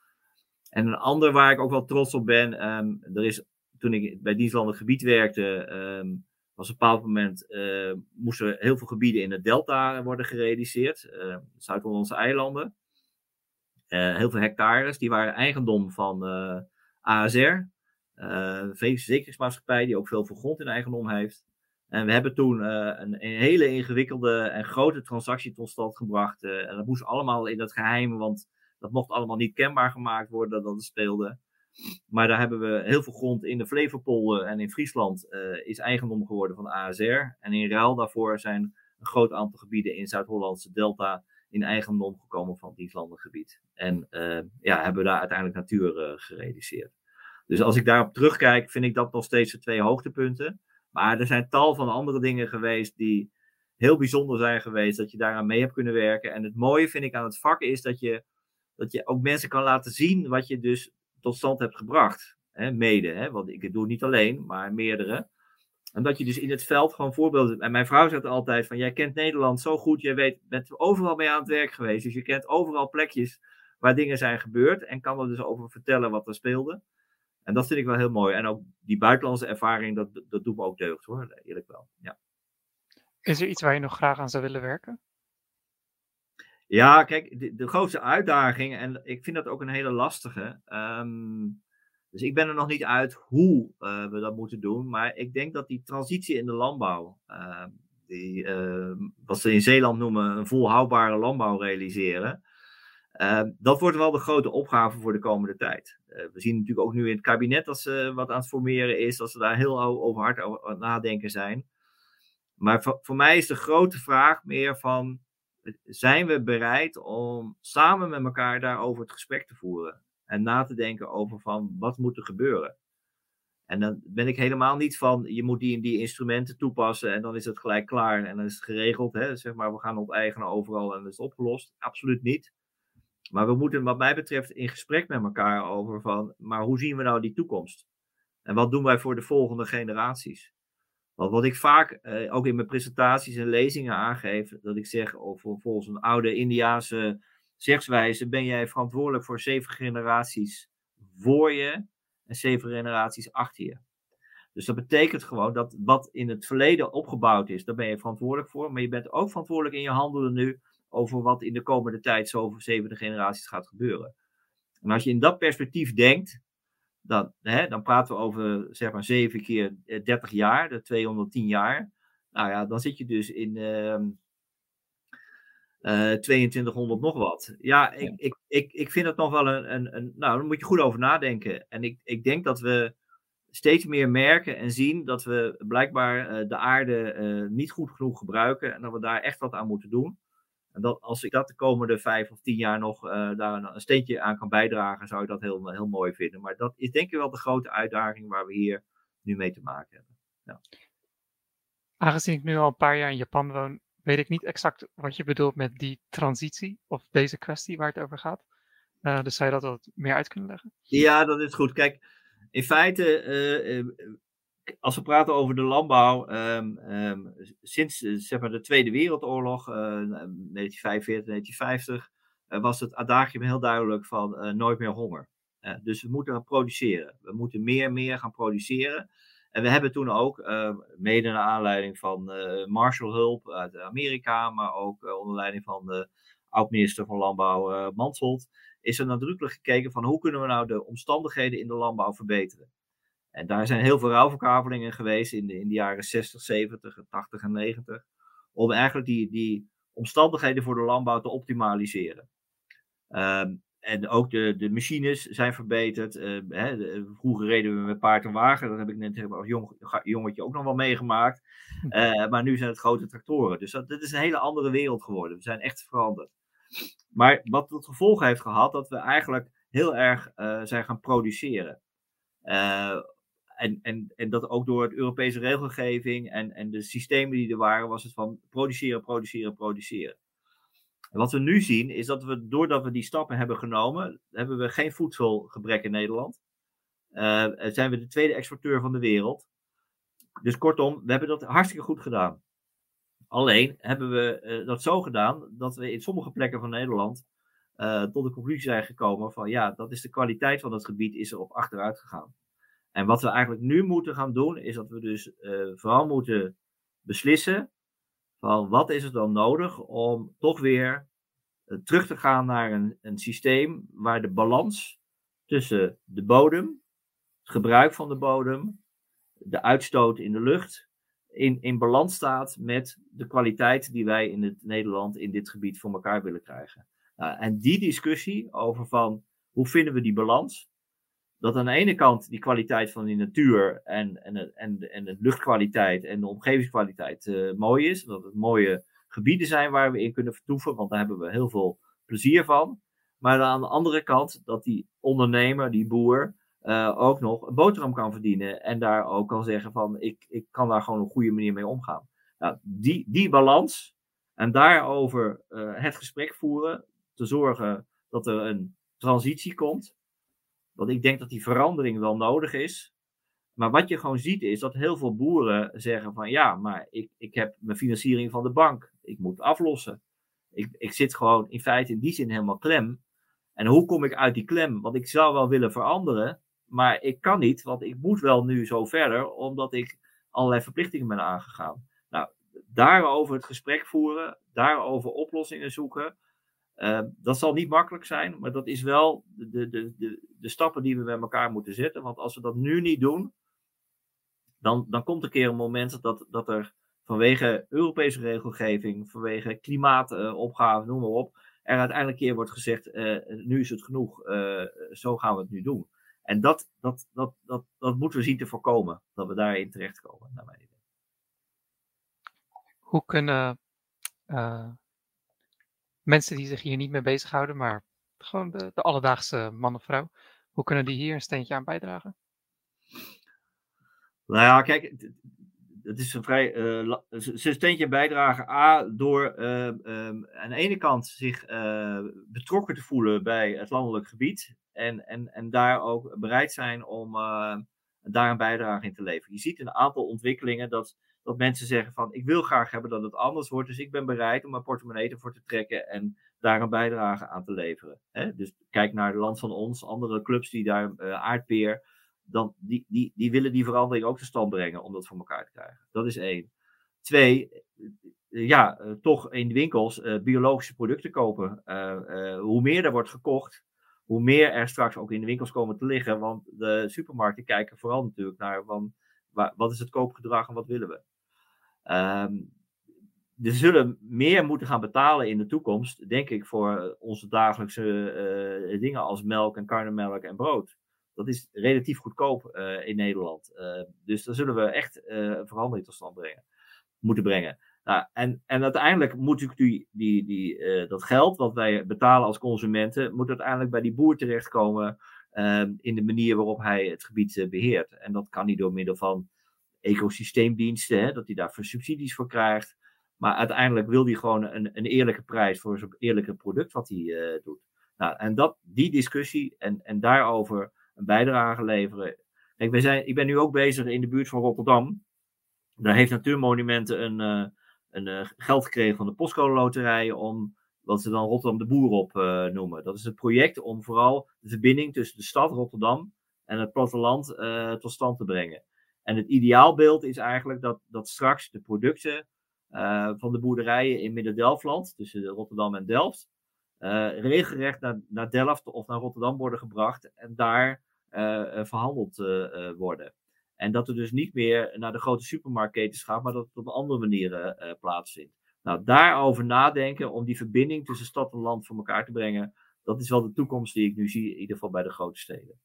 En een ander waar ik ook wel trots op ben. Um, er is, toen ik bij dienstlandelijk gebied werkte, um, was op een bepaald moment uh, moesten heel veel gebieden in het delta worden gerealiseerd. Uh, Zuid-Hollandse eilanden. Uh, heel veel hectares, die waren eigendom van uh, A S R. Uh, een verzekeringsmaatschappij die ook veel veel grond in eigendom heeft. En we hebben toen uh, een, een hele ingewikkelde en grote transactie tot stand gebracht. Uh, en dat moest allemaal in het geheim, want dat mocht allemaal niet kenbaar gemaakt worden dat het speelde. Maar daar hebben we heel veel grond in de Flevopolder en in Friesland uh, is eigendom geworden van A S R. En in ruil daarvoor zijn een groot aantal gebieden in Zuid-Hollandse delta in eigendom gekomen van het Lieflandengebied. En uh, ja, hebben we daar uiteindelijk natuur uh, gerealiseerd. Dus als ik daarop terugkijk, vind ik dat nog steeds de twee hoogtepunten. Maar er zijn tal van andere dingen geweest die heel bijzonder zijn geweest, dat je daaraan mee hebt kunnen werken. En het mooie vind ik aan het vak is dat je, dat je ook mensen kan laten zien wat je dus tot stand hebt gebracht. Hè, mede, hè, want ik doe het niet alleen, maar meerdere. En dat je dus in het veld gewoon voorbeelden... En mijn vrouw zegt altijd van, jij kent Nederland zo goed, je weet, bent overal mee aan het werk geweest. Dus je kent overal plekjes waar dingen zijn gebeurd en kan er dus over vertellen wat er speelde. En dat vind ik wel heel mooi. En ook die buitenlandse ervaring, dat, dat doet me ook deugd hoor, eerlijk wel. Ja. Is er iets waar je nog graag aan zou willen werken? Ja, kijk, de, de grootste uitdaging, en ik vind dat ook een hele lastige. Um, dus ik ben er nog niet uit hoe uh, we dat moeten doen. Maar ik denk dat die transitie in de landbouw, uh, die, uh, wat ze in Zeeland noemen een volhoudbare landbouw realiseren. Uh, dat wordt wel de grote opgave voor de komende tijd. Uh, we zien natuurlijk ook nu in het kabinet dat ze wat aan het formeren is, dat ze daar heel over hard over aan het nadenken zijn. Maar voor, voor mij is de grote vraag meer van, zijn we bereid om samen met elkaar daarover het gesprek te voeren? En na te denken over van, wat moet er gebeuren? En dan ben ik helemaal niet van, je moet die en die instrumenten toepassen en dan is het gelijk klaar en dan is het geregeld. Hè? Zeg maar, we gaan onteigenen overal en dan is het opgelost. Absoluut niet. Maar we moeten wat mij betreft in gesprek met elkaar over van, maar hoe zien we nou die toekomst? En wat doen wij voor de volgende generaties? Want wat ik vaak, eh, ook in mijn presentaties en lezingen aangeef, dat ik zeg, of volgens een oude Indiaanse zegswijze, ben jij verantwoordelijk voor zeven generaties voor je en zeven generaties achter je. Dus dat betekent gewoon dat wat in het verleden opgebouwd is, daar ben je verantwoordelijk voor. Maar je bent ook verantwoordelijk in je handelen nu over wat in de komende tijd zo over zevende generaties gaat gebeuren. En als je in dat perspectief denkt, dan, hè, dan praten we over zeg maar zeven keer dertig jaar, de tweehonderdtien jaar. Nou ja, dan zit je dus in uh, uh, tweeëntwintighonderd nog wat. Ja, ik, ik, ik, ik vind het nog wel een, een, een... Nou, daar moet je goed over nadenken. En ik, ik denk dat we steeds meer merken en zien dat we blijkbaar uh, de aarde uh, niet goed genoeg gebruiken. En dat we daar echt wat aan moeten doen. En dat, als ik dat de komende vijf of tien jaar nog uh, daar een, een steentje aan kan bijdragen, zou ik dat heel, heel mooi vinden. Maar dat is denk ik wel de grote uitdaging waar we hier nu mee te maken hebben. Ja. Aangezien ik nu al een paar jaar in Japan woon, weet ik niet exact wat je bedoelt met die transitie of deze kwestie waar het over gaat. Uh, dus zou je dat wat meer uit kunnen leggen? Ja, dat is goed. Kijk, in feite, uh, uh, als we praten over de landbouw, um, um, sinds uh, zeg maar de Tweede Wereldoorlog, uh, negentien vijfenveertig, negentien vijftig, uh, was het adagium heel duidelijk van uh, nooit meer honger. Uh, dus we moeten gaan produceren. We moeten meer en meer gaan produceren. En we hebben toen ook, uh, mede naar aanleiding van uh, Marshallhulp uit Amerika, maar ook uh, onder leiding van de oud-minister van Landbouw uh, Mansholt, is er nadrukkelijk gekeken van hoe kunnen we nou de omstandigheden in de landbouw verbeteren. En daar zijn heel veel ruilverkavelingen geweest in de, in de jaren zestig, zeventig, tachtig en negentig. Om eigenlijk die, die omstandigheden voor de landbouw te optimaliseren. Um, en ook de, de machines zijn verbeterd. Uh, hè, de, vroeger reden we met paard en wagen. Dat heb ik net als jong, jongetje ook nog wel meegemaakt. Uh, maar nu zijn het grote tractoren. Dus dat, dat is een hele andere wereld geworden. We zijn echt veranderd. Maar wat tot gevolg heeft gehad dat we eigenlijk heel erg uh, zijn gaan produceren. Uh, En, en, en dat ook door het Europese regelgeving en, en de systemen die er waren, was het van produceren, produceren, produceren. En wat we nu zien is dat we, doordat we die stappen hebben genomen, hebben we geen voedselgebrek in Nederland. Uh, zijn we de tweede exporteur van de wereld. Dus kortom, we hebben dat hartstikke goed gedaan. Alleen hebben we uh, dat zo gedaan dat we in sommige plekken van Nederland uh, tot de conclusie zijn gekomen van ja, dat is de kwaliteit van het gebied is er op achteruit gegaan. En wat we eigenlijk nu moeten gaan doen, is dat we dus uh, vooral moeten beslissen van wat is er dan nodig om toch weer uh, terug te gaan naar een, een systeem waar de balans tussen de bodem, het gebruik van de bodem, de uitstoot in de lucht, in, in balans staat met de kwaliteit die wij in het Nederland in dit gebied voor elkaar willen krijgen. Uh, en die discussie over van hoe vinden we die balans, dat aan de ene kant die kwaliteit van die natuur en, en, en, en de luchtkwaliteit en de omgevingskwaliteit uh, mooi is. Dat het mooie gebieden zijn waar we in kunnen vertoeven, want daar hebben we heel veel plezier van. Maar aan de andere kant dat die ondernemer, die boer, uh, ook nog een boterham kan verdienen. En daar ook kan zeggen van ik, ik kan daar gewoon op een goede manier mee omgaan. Nou, die, die balans en daarover uh, het gesprek voeren, te zorgen dat er een transitie komt. Want ik denk dat die verandering wel nodig is. Maar wat je gewoon ziet is dat heel veel boeren zeggen van ja, maar ik, ik heb mijn financiering van de bank. Ik moet aflossen. Ik, ik zit gewoon in feite in die zin helemaal klem. En hoe kom ik uit die klem? Want ik zou wel willen veranderen, maar ik kan niet. Want ik moet wel nu zo verder, omdat ik allerlei verplichtingen ben aangegaan. Nou, daarover het gesprek voeren, daarover oplossingen zoeken. Uh, dat zal niet makkelijk zijn, maar dat is wel de, de, de, de stappen die we met elkaar moeten zetten. Want als we dat nu niet doen, dan, dan komt er een keer een moment dat, dat er vanwege Europese regelgeving, vanwege klimaatopgaven, uh, noem maar op, er uiteindelijk een keer wordt gezegd, uh, nu is het genoeg, uh, zo gaan we het nu doen. En dat, dat, dat, dat, dat moeten we zien te voorkomen, dat we daarin terechtkomen, naar mijn idee. Hoe kunnen uh, mensen die zich hier niet mee bezighouden, maar gewoon de, de alledaagse man of vrouw, hoe kunnen die hier een steentje aan bijdragen? Nou ja, kijk, het is een vrij uh, een steentje bijdragen A door uh, um, aan de ene kant zich uh, betrokken te voelen bij het landelijk gebied en, en, en daar ook bereid zijn om uh, daar een bijdrage in te leveren. Je ziet in een aantal ontwikkelingen dat, dat mensen zeggen van ik wil graag hebben dat het anders wordt, dus ik ben bereid om mijn portemonnee ervoor te trekken en daar een bijdrage aan te leveren. Hè? Dus kijk naar het Land van Ons, andere clubs die daar uh, aardpeer, dan die, die, die willen die verandering ook tot stand brengen om dat voor elkaar te krijgen. Dat is één. Twee, uh, ja, uh, toch in de winkels uh, biologische producten kopen. Uh, uh, hoe meer er wordt gekocht, hoe meer er straks ook in de winkels komen te liggen. Want de supermarkten kijken vooral natuurlijk naar van, waar, wat is het koopgedrag en wat willen we. Um, we zullen meer moeten gaan betalen in de toekomst, denk ik, voor onze dagelijkse uh, dingen als melk en karnemelk en brood. Dat is relatief goedkoop uh, in Nederland. Uh, dus daar zullen we echt uh, verandering tot stand brengen, moeten brengen. Nou, en, en uiteindelijk moet natuurlijk die, die, die, uh, dat geld wat wij betalen als consumenten, moet uiteindelijk bij die boer terechtkomen uh, in de manier waarop hij het gebied uh, beheert. En dat kan niet door middel van ecosysteemdiensten, hè, dat hij daarvoor subsidies voor krijgt. Maar uiteindelijk wil hij gewoon een, een eerlijke prijs voor zo'n eerlijke product wat hij uh, doet. Nou, en dat, die discussie en, en daarover een bijdrage leveren. Kijk, wij zijn, ik ben nu ook bezig in de buurt van Rotterdam. Daar heeft Natuurmonumenten een, uh, een uh, geld gekregen van de Postcode Loterij om wat ze dan Rotterdam de Boer op uh, noemen. Dat is het project om vooral de verbinding tussen de stad Rotterdam en het platteland uh, tot stand te brengen. En het ideaalbeeld is eigenlijk dat, dat straks de producten uh, van de boerderijen in Midden-Delfland, tussen Rotterdam en Delft, uh, regelrecht naar, naar Delft of naar Rotterdam worden gebracht en daar uh, verhandeld uh, uh, worden. En dat er dus niet meer naar de grote supermarktketens gaat, maar dat het op andere manieren uh, plaatsvindt. Nou, daarover nadenken om die verbinding tussen stad en land voor elkaar te brengen, dat is wel de toekomst die ik nu zie, in ieder geval bij de grote steden.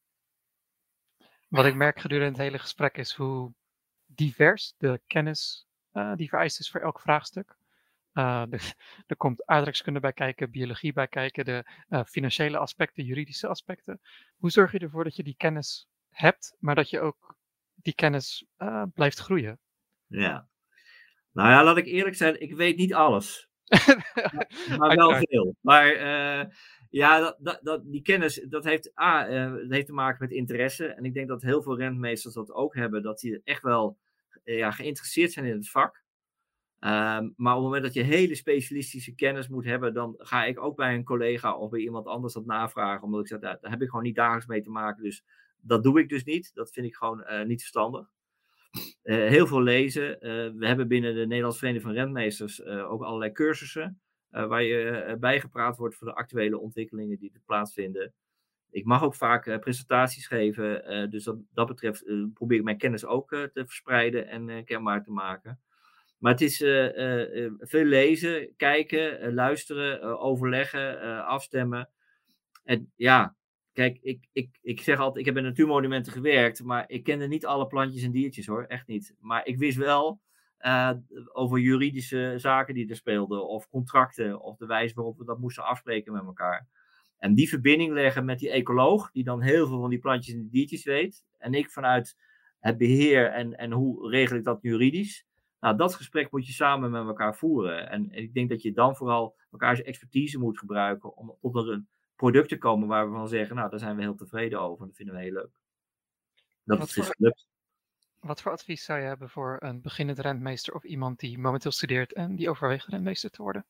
Wat ik merk gedurende het hele gesprek is hoe divers de kennis uh, die vereist is voor elk vraagstuk. Uh, de, er komt aardrijkskunde bij kijken, biologie bij kijken, de uh, financiële aspecten, juridische aspecten. Hoe zorg je ervoor dat je die kennis hebt, maar dat je ook die kennis uh, blijft groeien? Ja. Nou ja, laat ik eerlijk zijn, ik weet niet alles. maar, maar wel veel. Maar uh, ja, dat, dat, dat, die kennis, dat heeft, A, uh, dat heeft te maken met interesse. En ik denk dat heel veel rentmeesters dat ook hebben, dat die echt wel uh, ja, geïnteresseerd zijn in het vak. Um, maar op het moment dat je hele specialistische kennis moet hebben, dan ga ik ook bij een collega of bij iemand anders dat navragen. Omdat ik zeg, daar, daar heb ik gewoon niet dagelijks mee te maken. Dus dat doe ik dus niet. Dat vind ik gewoon uh, niet verstandig. Uh, heel veel lezen. Uh, we hebben binnen de Nederlandse Vereniging van Rentmeesters uh, ook allerlei cursussen. Uh, waar je uh, bijgepraat wordt voor de actuele ontwikkelingen die er plaatsvinden. Ik mag ook vaak uh, presentaties geven. Uh, dus dat, dat betreft uh, probeer ik mijn kennis ook uh, te verspreiden en uh, kenbaar te maken. Maar het is uh, uh, uh, veel lezen, kijken, uh, luisteren, uh, overleggen, uh, afstemmen. En ja, kijk, ik, ik, ik zeg altijd, ik heb in natuurmonumenten gewerkt, maar ik kende niet alle plantjes en diertjes hoor, echt niet. Maar ik wist wel uh, over juridische zaken die er speelden, of contracten, of de wijze waarop we dat moesten afspreken met elkaar. En die verbinding leggen met die ecoloog, die dan heel veel van die plantjes en diertjes weet. En ik vanuit het beheer en, en hoe regel ik dat juridisch. Nou, dat gesprek moet je samen met elkaar voeren. En, en ik denk dat je dan vooral elkaars expertise moet gebruiken om tot een product te komen waar we van zeggen, nou, daar zijn we heel tevreden over. Dat vinden we heel leuk. Dat Wat het is voor, gelukt. wat voor advies zou je hebben voor een beginnend rentmeester of iemand die momenteel studeert en die overweegt rentmeester te worden?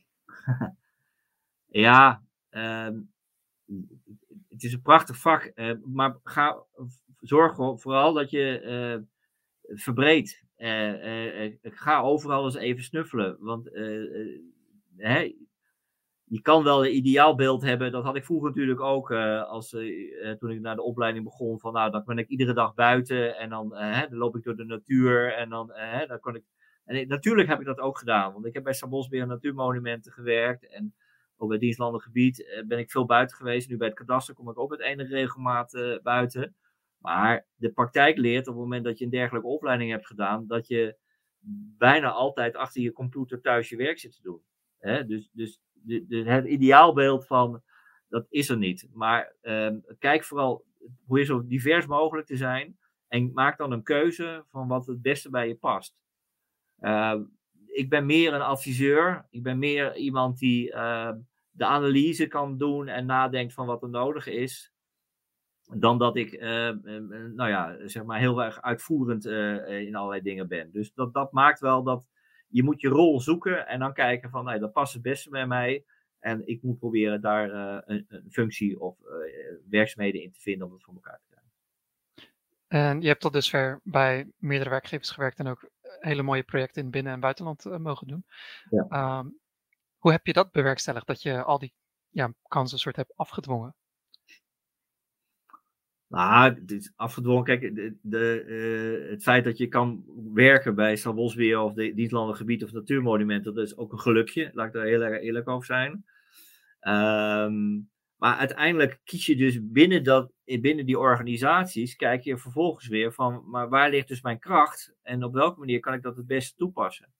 Ja, uh, het is een prachtig vak, uh, maar ga, zorg vooral dat je uh, verbreedt. Uh, uh, uh, ga overal eens even snuffelen, want uh, uh, hè, je kan wel een ideaalbeeld hebben. Dat had ik vroeger natuurlijk ook, uh, als, uh, toen ik naar de opleiding begon. Van nou, dan ben ik iedere dag buiten en dan, uh, hè, dan loop ik door de natuur. En dan, uh, dan kon ik. En ik, natuurlijk heb ik dat ook gedaan. Want ik heb bij Staatsbosbeheer Natuurmonumenten gewerkt. En ook bij dienstlandelijk gebied uh, ben ik veel buiten geweest. Nu bij het kadaster kom ik ook met enige regelmaat uh, buiten. Maar de praktijk leert op het moment dat je een dergelijke opleiding hebt gedaan. Dat je bijna altijd achter je computer thuis je werk zit te doen. Hè? Dus, dus De, de, het ideaalbeeld van, dat is er niet. Maar uh, kijk vooral, probeer zo divers mogelijk te zijn. En maak dan een keuze van wat het beste bij je past. Uh, ik ben meer een adviseur. Ik ben meer iemand die uh, de analyse kan doen en nadenkt van wat er nodig is. Dan dat ik, uh, uh, nou ja, zeg maar heel erg uitvoerend uh, in allerlei dingen ben. Dus dat, dat maakt wel dat je moet je rol zoeken en dan kijken van, nou, dat past het beste bij mij. En ik moet proberen daar uh, een, een functie of uh, werkzaamheden in te vinden om het voor elkaar te krijgen. En je hebt tot dusver bij meerdere werkgevers gewerkt en ook hele mooie projecten in binnen- en buitenland uh, mogen doen. Ja. Um, hoe heb je dat bewerkstelligd, dat je al die ja, kansen soort hebt afgedwongen? Nou, het is afgedwongen. Kijk, de, de, uh, het feit dat je kan werken bij Staatsbosbeheer of de dienstlandelijk gebied of natuurmonumenten, dat is ook een gelukje. Laat ik daar heel erg eerlijk over zijn. Um, maar uiteindelijk kies je dus binnen, dat, binnen die organisaties, kijk je vervolgens weer van, maar waar ligt dus mijn kracht en op welke manier kan ik dat het beste toepassen?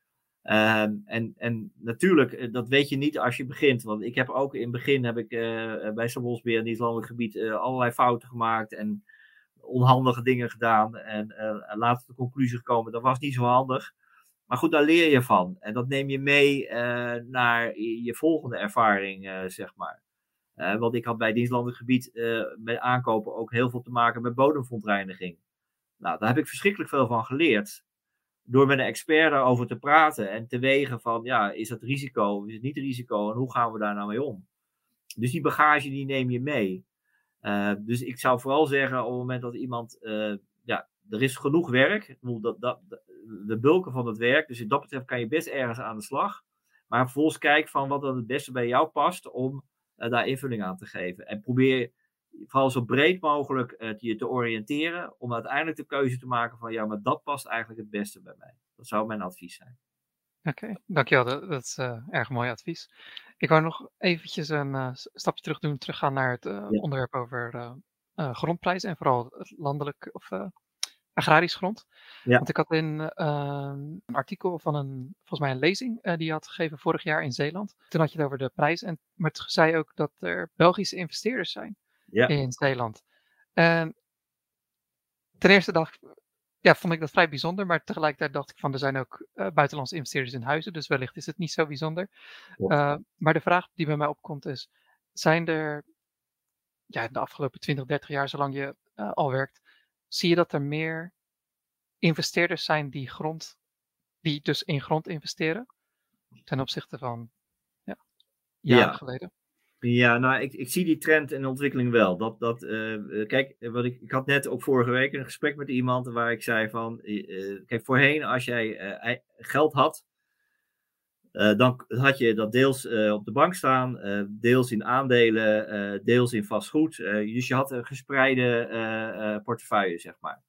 Um, en, en natuurlijk, dat weet je niet als je begint. Want ik heb ook in het begin heb ik uh, bij Staatsbosbeheer in het landelijk gebied uh, allerlei fouten gemaakt en onhandige dingen gedaan. En uh, later de conclusie gekomen, dat was niet zo handig. Maar goed, daar leer je van. En dat neem je mee uh, naar je, je volgende ervaring, uh, zeg maar. Uh, want ik had bij dienstlandelijk gebied uh, met aankopen ook heel veel te maken met bodemverontreiniging. Nou, daar heb ik verschrikkelijk veel van geleerd. Door met een expert daarover te praten en te wegen van, ja, is dat risico, is het niet risico en hoe gaan we daar nou mee om? Dus die bagage die neem je mee. Uh, dus ik zou vooral zeggen, op het moment dat iemand, uh, ja, er is genoeg werk, dat, dat, de bulken van het werk, dus wat dat betreft kan je best ergens aan de slag. Maar vervolgens kijk van wat dan het beste bij jou past om uh, daar invulling aan te geven. En probeer vooral zo breed mogelijk uh, je te oriënteren om uiteindelijk de keuze te maken van, ja, maar dat past eigenlijk het beste bij mij. Dat zou mijn advies zijn. Oké, okay, dankjewel. Dat, dat is uh, erg mooi advies. Ik wou nog eventjes een uh, stapje terug doen, teruggaan naar het uh, ja. onderwerp over uh, uh, grondprijzen en vooral het landelijk of uh, agrarisch grond. Ja. Want ik had in uh, een artikel van een, volgens mij een lezing, uh, die je had gegeven vorig jaar in Zeeland. Toen had je het over de prijs, en, maar het zei ook dat er Belgische investeerders zijn ja. in Zeeland. En ten eerste dacht Ja, vond ik dat vrij bijzonder, maar tegelijkertijd dacht ik van er zijn ook uh, buitenlandse investeerders in huizen, dus wellicht is het niet zo bijzonder. Uh, maar de vraag die bij mij opkomt is, zijn er ja, de afgelopen twintig, dertig jaar, zolang je uh, al werkt, zie je dat er meer investeerders zijn die grond, die dus in grond investeren, ten opzichte van ja, jaren ja. geleden? Ja, nou, ik, ik zie die trend en ontwikkeling wel. Dat, dat, uh, kijk, wat ik, ik had net ook vorige week een gesprek met iemand waar ik zei van, uh, kijk, voorheen als jij uh, geld had, uh, dan had je dat deels uh, op de bank staan, uh, deels in aandelen, uh, deels in vastgoed. Uh, dus je had een gespreide uh, uh, portefeuille, zeg maar.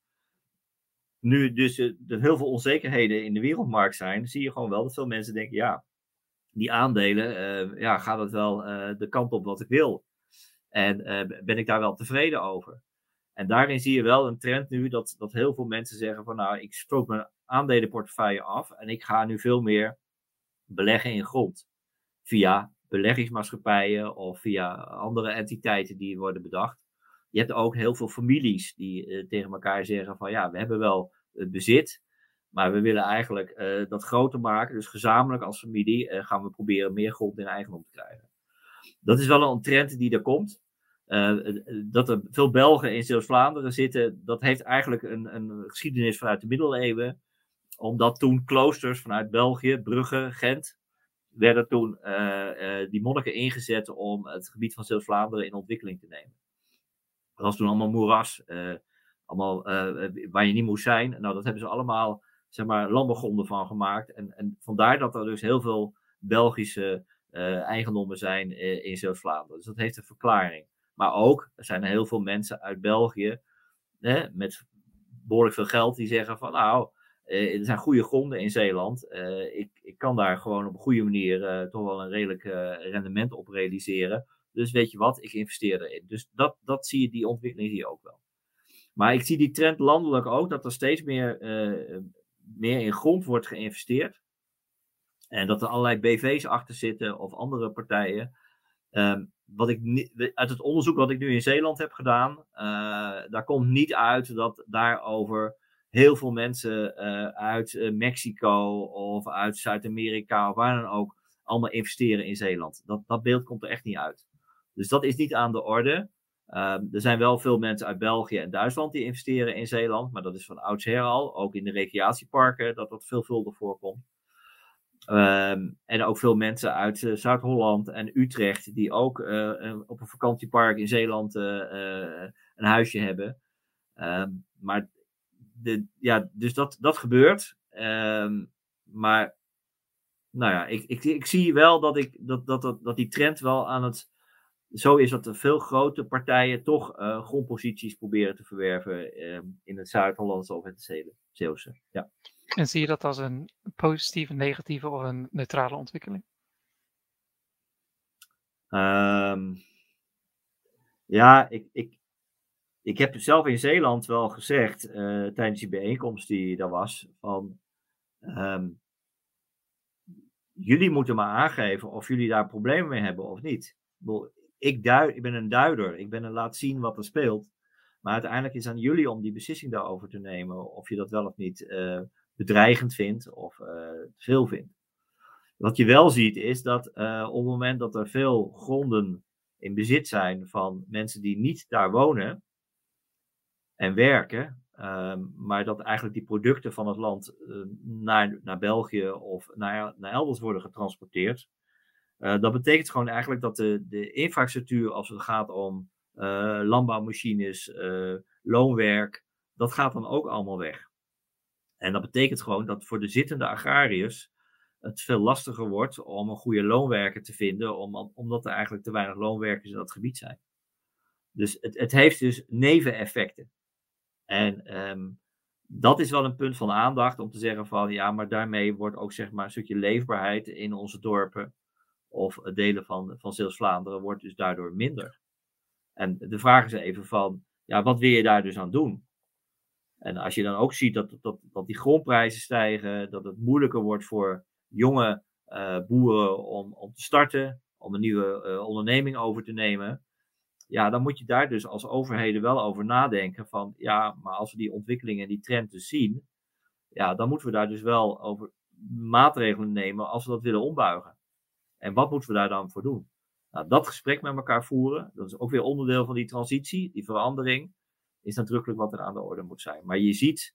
Nu dus uh, er heel veel onzekerheden in de wereldmarkt zijn, zie je gewoon wel dat veel mensen denken, ja, die aandelen, uh, ja, gaat het wel uh, de kant op wat ik wil? En uh, ben ik daar wel tevreden over? En daarin zie je wel een trend nu dat, dat heel veel mensen zeggen van nou, ik strook mijn aandelenportefeuille af en ik ga nu veel meer beleggen in grond. Via beleggingsmaatschappijen of via andere entiteiten die worden bedacht. Je hebt ook heel veel families die uh, tegen elkaar zeggen van ja, we hebben wel uh, bezit, maar we willen eigenlijk uh, dat groter maken. Dus gezamenlijk als familie uh, gaan we proberen meer grond in eigendom te krijgen. Dat is wel een trend die er komt. Uh, dat er veel Belgen in Zeeuws-Vlaanderen zitten, dat heeft eigenlijk een, een geschiedenis vanuit de middeleeuwen. Omdat toen kloosters vanuit België, Brugge, Gent, werden toen uh, uh, die monniken ingezet om het gebied van Zeeuws-Vlaanderen in ontwikkeling te nemen. Dat was toen allemaal moeras, uh, allemaal uh, waar je niet moest zijn. Nou, dat hebben ze allemaal, zeg maar, landbouwgronden van gemaakt. En, en vandaar dat er dus heel veel Belgische uh, eigendommen zijn uh, in Zeeuws-Vlaanderen. Dus dat heeft een verklaring. Maar ook, er zijn er heel veel mensen uit België, hè, met behoorlijk veel geld, die zeggen van nou, uh, er zijn goede gronden in Zeeland. Uh, ik, ik kan daar gewoon op een goede manier uh, toch wel een redelijk uh, rendement op realiseren. Dus weet je wat, ik investeer erin. Dus dat, dat zie je, die ontwikkeling zie je ook wel. Maar ik zie die trend landelijk ook, dat er steeds meer, uh, meer in grond wordt geïnvesteerd. En dat er allerlei B V's achter zitten of andere partijen. Um, wat ik uit het onderzoek wat ik nu in Zeeland heb gedaan, uh, daar komt niet uit dat daarover heel veel mensen uh, uit uh, Mexico of uit Zuid-Amerika of waar dan ook allemaal investeren in Zeeland. Dat, dat beeld komt er echt niet uit. Dus dat is niet aan de orde. Um, er zijn wel veel mensen uit België en Duitsland die investeren in Zeeland, maar dat is van oudsher al, ook in de recreatieparken, dat dat veelvuldig voorkomt. Um, en ook veel mensen uit uh, Zuid-Holland en Utrecht die ook uh, op een vakantiepark in Zeeland uh, uh, een huisje hebben. Um, maar de, ja, dus dat, dat gebeurt. Um, maar nou ja, ik, ik, ik zie wel dat, ik, dat, dat, dat, dat die trend wel aan het zo is dat er veel grote partijen toch uh, grondposities proberen te verwerven uh, in het Zuid-Hollandse of in het Zeeuwse. Ja. En zie je dat als een positieve, negatieve of een neutrale ontwikkeling? Um, ja, ik, ik, ik heb zelf in Zeeland wel gezegd, uh, tijdens die bijeenkomst die er was, van um, jullie moeten maar aangeven of jullie daar problemen mee hebben of niet. Ik, duid, ik ben een duider, ik ben een laat zien wat er speelt. Maar uiteindelijk is het aan jullie om die beslissing daarover te nemen, of je dat wel of niet uh, bedreigend vindt of uh, te veel vindt. Wat je wel ziet is dat uh, op het moment dat er veel gronden in bezit zijn van mensen die niet daar wonen en werken, uh, maar dat eigenlijk die producten van het land uh, naar, naar België of naar, naar elders worden getransporteerd. Uh, dat betekent gewoon eigenlijk dat de, de infrastructuur als het gaat om uh, landbouwmachines, uh, loonwerk, dat gaat dan ook allemaal weg. En dat betekent gewoon dat voor de zittende agrariërs het veel lastiger wordt om een goede loonwerker te vinden, om, omdat er eigenlijk te weinig loonwerkers in dat gebied zijn. Dus het, het heeft dus neveneffecten. En um, dat is wel een punt van aandacht om te zeggen van ja, maar daarmee wordt ook zeg maar een stukje leefbaarheid in onze dorpen of delen van, van Zeeuws-Vlaanderen wordt dus daardoor minder. En de vraag is even van, ja, wat wil je daar dus aan doen? En als je dan ook ziet dat, dat, dat die grondprijzen stijgen, dat het moeilijker wordt voor jonge uh, boeren om, om te starten, om een nieuwe uh, onderneming over te nemen, ja, dan moet je daar dus als overheden wel over nadenken van, ja, maar als we die ontwikkelingen en die trend dus zien, ja, dan moeten we daar dus wel over maatregelen nemen als we dat willen ombuigen. En wat moeten we daar dan voor doen? Nou, dat gesprek met elkaar voeren, dat is ook weer onderdeel van die transitie, die verandering, is nadrukkelijk wat er aan de orde moet zijn. Maar je ziet,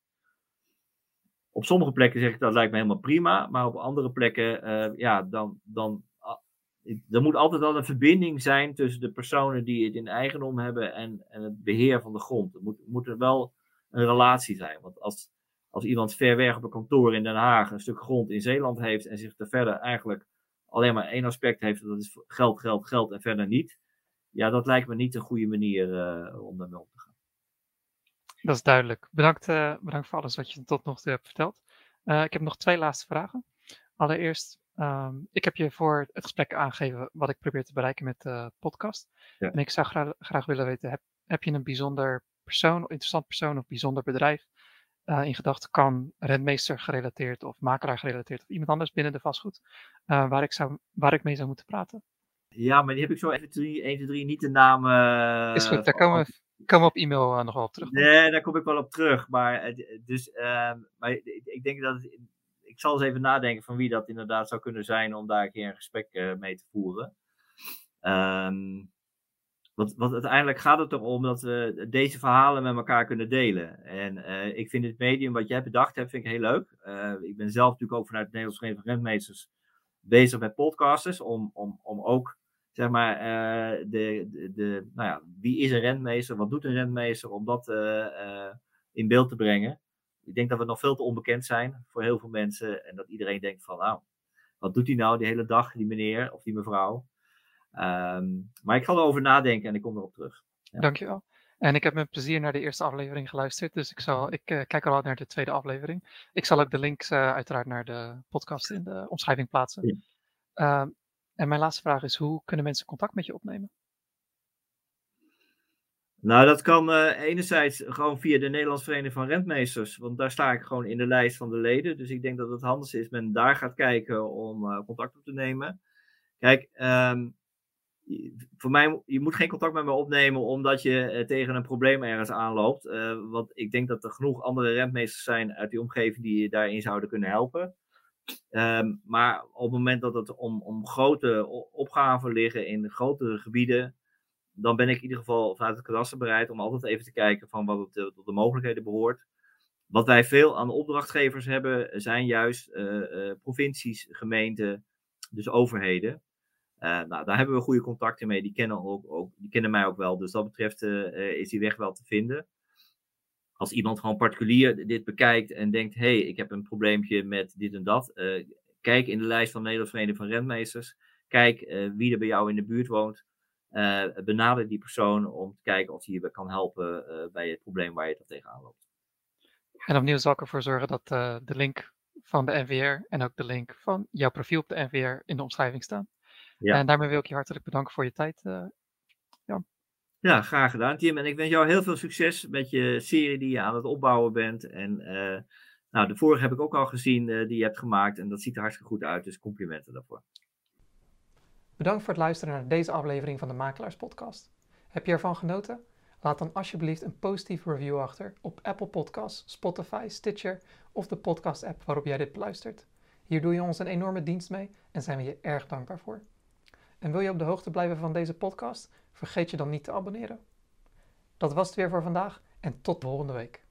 op sommige plekken zeg ik dat lijkt me helemaal prima, maar op andere plekken, uh, ja, dan, dan, uh, er moet altijd wel een verbinding zijn tussen de personen die het in eigendom hebben en, en het beheer van de grond. Er moet, moet er wel een relatie zijn. Want als, als iemand ver weg op een kantoor in Den Haag een stuk grond in Zeeland heeft en zich er verder eigenlijk alleen maar één aspect heeft, dat is geld, geld, geld en verder niet. Ja, dat lijkt me niet een goede manier uh, om daarmee om te gaan. Dat is duidelijk. Bedankt, uh, bedankt voor alles wat je tot nog toe hebt verteld. Uh, ik heb nog twee laatste vragen. Allereerst, um, ik heb je voor het gesprek aangegeven wat ik probeer te bereiken met de podcast. Ja. En ik zou graag, graag willen weten, heb, heb je een bijzonder persoon, interessant persoon of bijzonder bedrijf uh, in gedachten, kan rentmeester gerelateerd of makelaar gerelateerd of iemand anders binnen de vastgoed, uh, waar, ik zou, waar ik mee zou moeten praten? Ja, maar die heb ik zo even drie, één, twee, drie niet de naam. Uh, Is goed, daar komen we, komen we op e-mail uh, nog wel op terug. Nee, daar kom ik wel op terug. Maar, dus, uh, maar ik denk dat het, ik zal eens even nadenken van wie dat inderdaad zou kunnen zijn om daar een keer een gesprek uh, mee te voeren. Um, want, want uiteindelijk gaat het erom dat we deze verhalen met elkaar kunnen delen. En uh, ik vind het medium wat jij bedacht hebt, vind ik heel leuk. Uh, ik ben zelf natuurlijk ook vanuit het Nederlands Vereniging van Rentmeesters bezig met podcasters, om, om, om ook, zeg maar, uh, de, de, de, nou ja, wie is een rentmeester, wat doet een rentmeester, om dat uh, uh, in beeld te brengen. Ik denk dat we nog veel te onbekend zijn voor heel veel mensen en dat iedereen denkt van, nou, wat doet hij nou die hele dag, die meneer of die mevrouw? Um, maar ik ga erover nadenken en ik kom erop terug. Ja. Dankjewel. En ik heb met plezier naar de eerste aflevering geluisterd, dus ik, zal, ik uh, kijk al uit naar de tweede aflevering. Ik zal ook de links uh, uiteraard naar de podcast in de omschrijving plaatsen. Ja. Uh, en mijn laatste vraag is, hoe kunnen mensen contact met je opnemen? Nou, dat kan uh, enerzijds gewoon via de Nederlandse Vereniging van Rentmeesters, want daar sta ik gewoon in de lijst van de leden. Dus ik denk dat het handigste is, men daar gaat kijken om uh, contact op te nemen. Kijk, um, voor mij, je moet geen contact met me opnemen omdat je uh, tegen een probleem ergens aanloopt. Uh, want ik denk dat er genoeg andere rentmeesters zijn uit die omgeving die je daarin zouden kunnen helpen. Um, maar op het moment dat het om, om grote opgaven liggen in grotere gebieden, dan ben ik in ieder geval vanuit het kadaster bereid om altijd even te kijken van wat het uh, tot de mogelijkheden behoort. Wat wij veel aan opdrachtgevers hebben, zijn juist uh, uh, provincies, gemeenten, dus overheden. Uh, nou, daar hebben we goede contacten mee. Die kennen, ook, ook, die kennen mij ook wel. Dus dat betreft uh, is die weg wel te vinden. Als iemand gewoon particulier dit bekijkt en denkt, hé, hey, ik heb een probleempje met dit en dat. Uh, kijk in de lijst van de Nederlandse Vereniging van Rentmeesters. Kijk uh, wie er bij jou in de buurt woont. Uh, benader die persoon om te kijken of die je kan helpen uh, bij het probleem waar je er tegenaan loopt. En opnieuw zal ik ervoor zorgen dat uh, de link van de N V R en ook de link van jouw profiel op de N V R in de omschrijving staan. Ja. En daarmee wil ik je hartelijk bedanken voor je tijd, uh, Jan. Ja, graag gedaan, Tim. En ik wens jou heel veel succes met je serie die je aan het opbouwen bent. En uh, nou, de vorige heb ik ook al gezien uh, die je hebt gemaakt. En dat ziet er hartstikke goed uit, dus complimenten daarvoor. Bedankt voor het luisteren naar deze aflevering van de Makelaars Podcast. Heb je ervan genoten? Laat dan alsjeblieft een positieve review achter op Apple Podcasts, Spotify, Stitcher of de podcast-app waarop jij dit beluistert. Hier doe je ons een enorme dienst mee en zijn we je erg dankbaar voor. En wil je op de hoogte blijven van deze podcast? Vergeet je dan niet te abonneren. Dat was het weer voor vandaag en tot volgende week.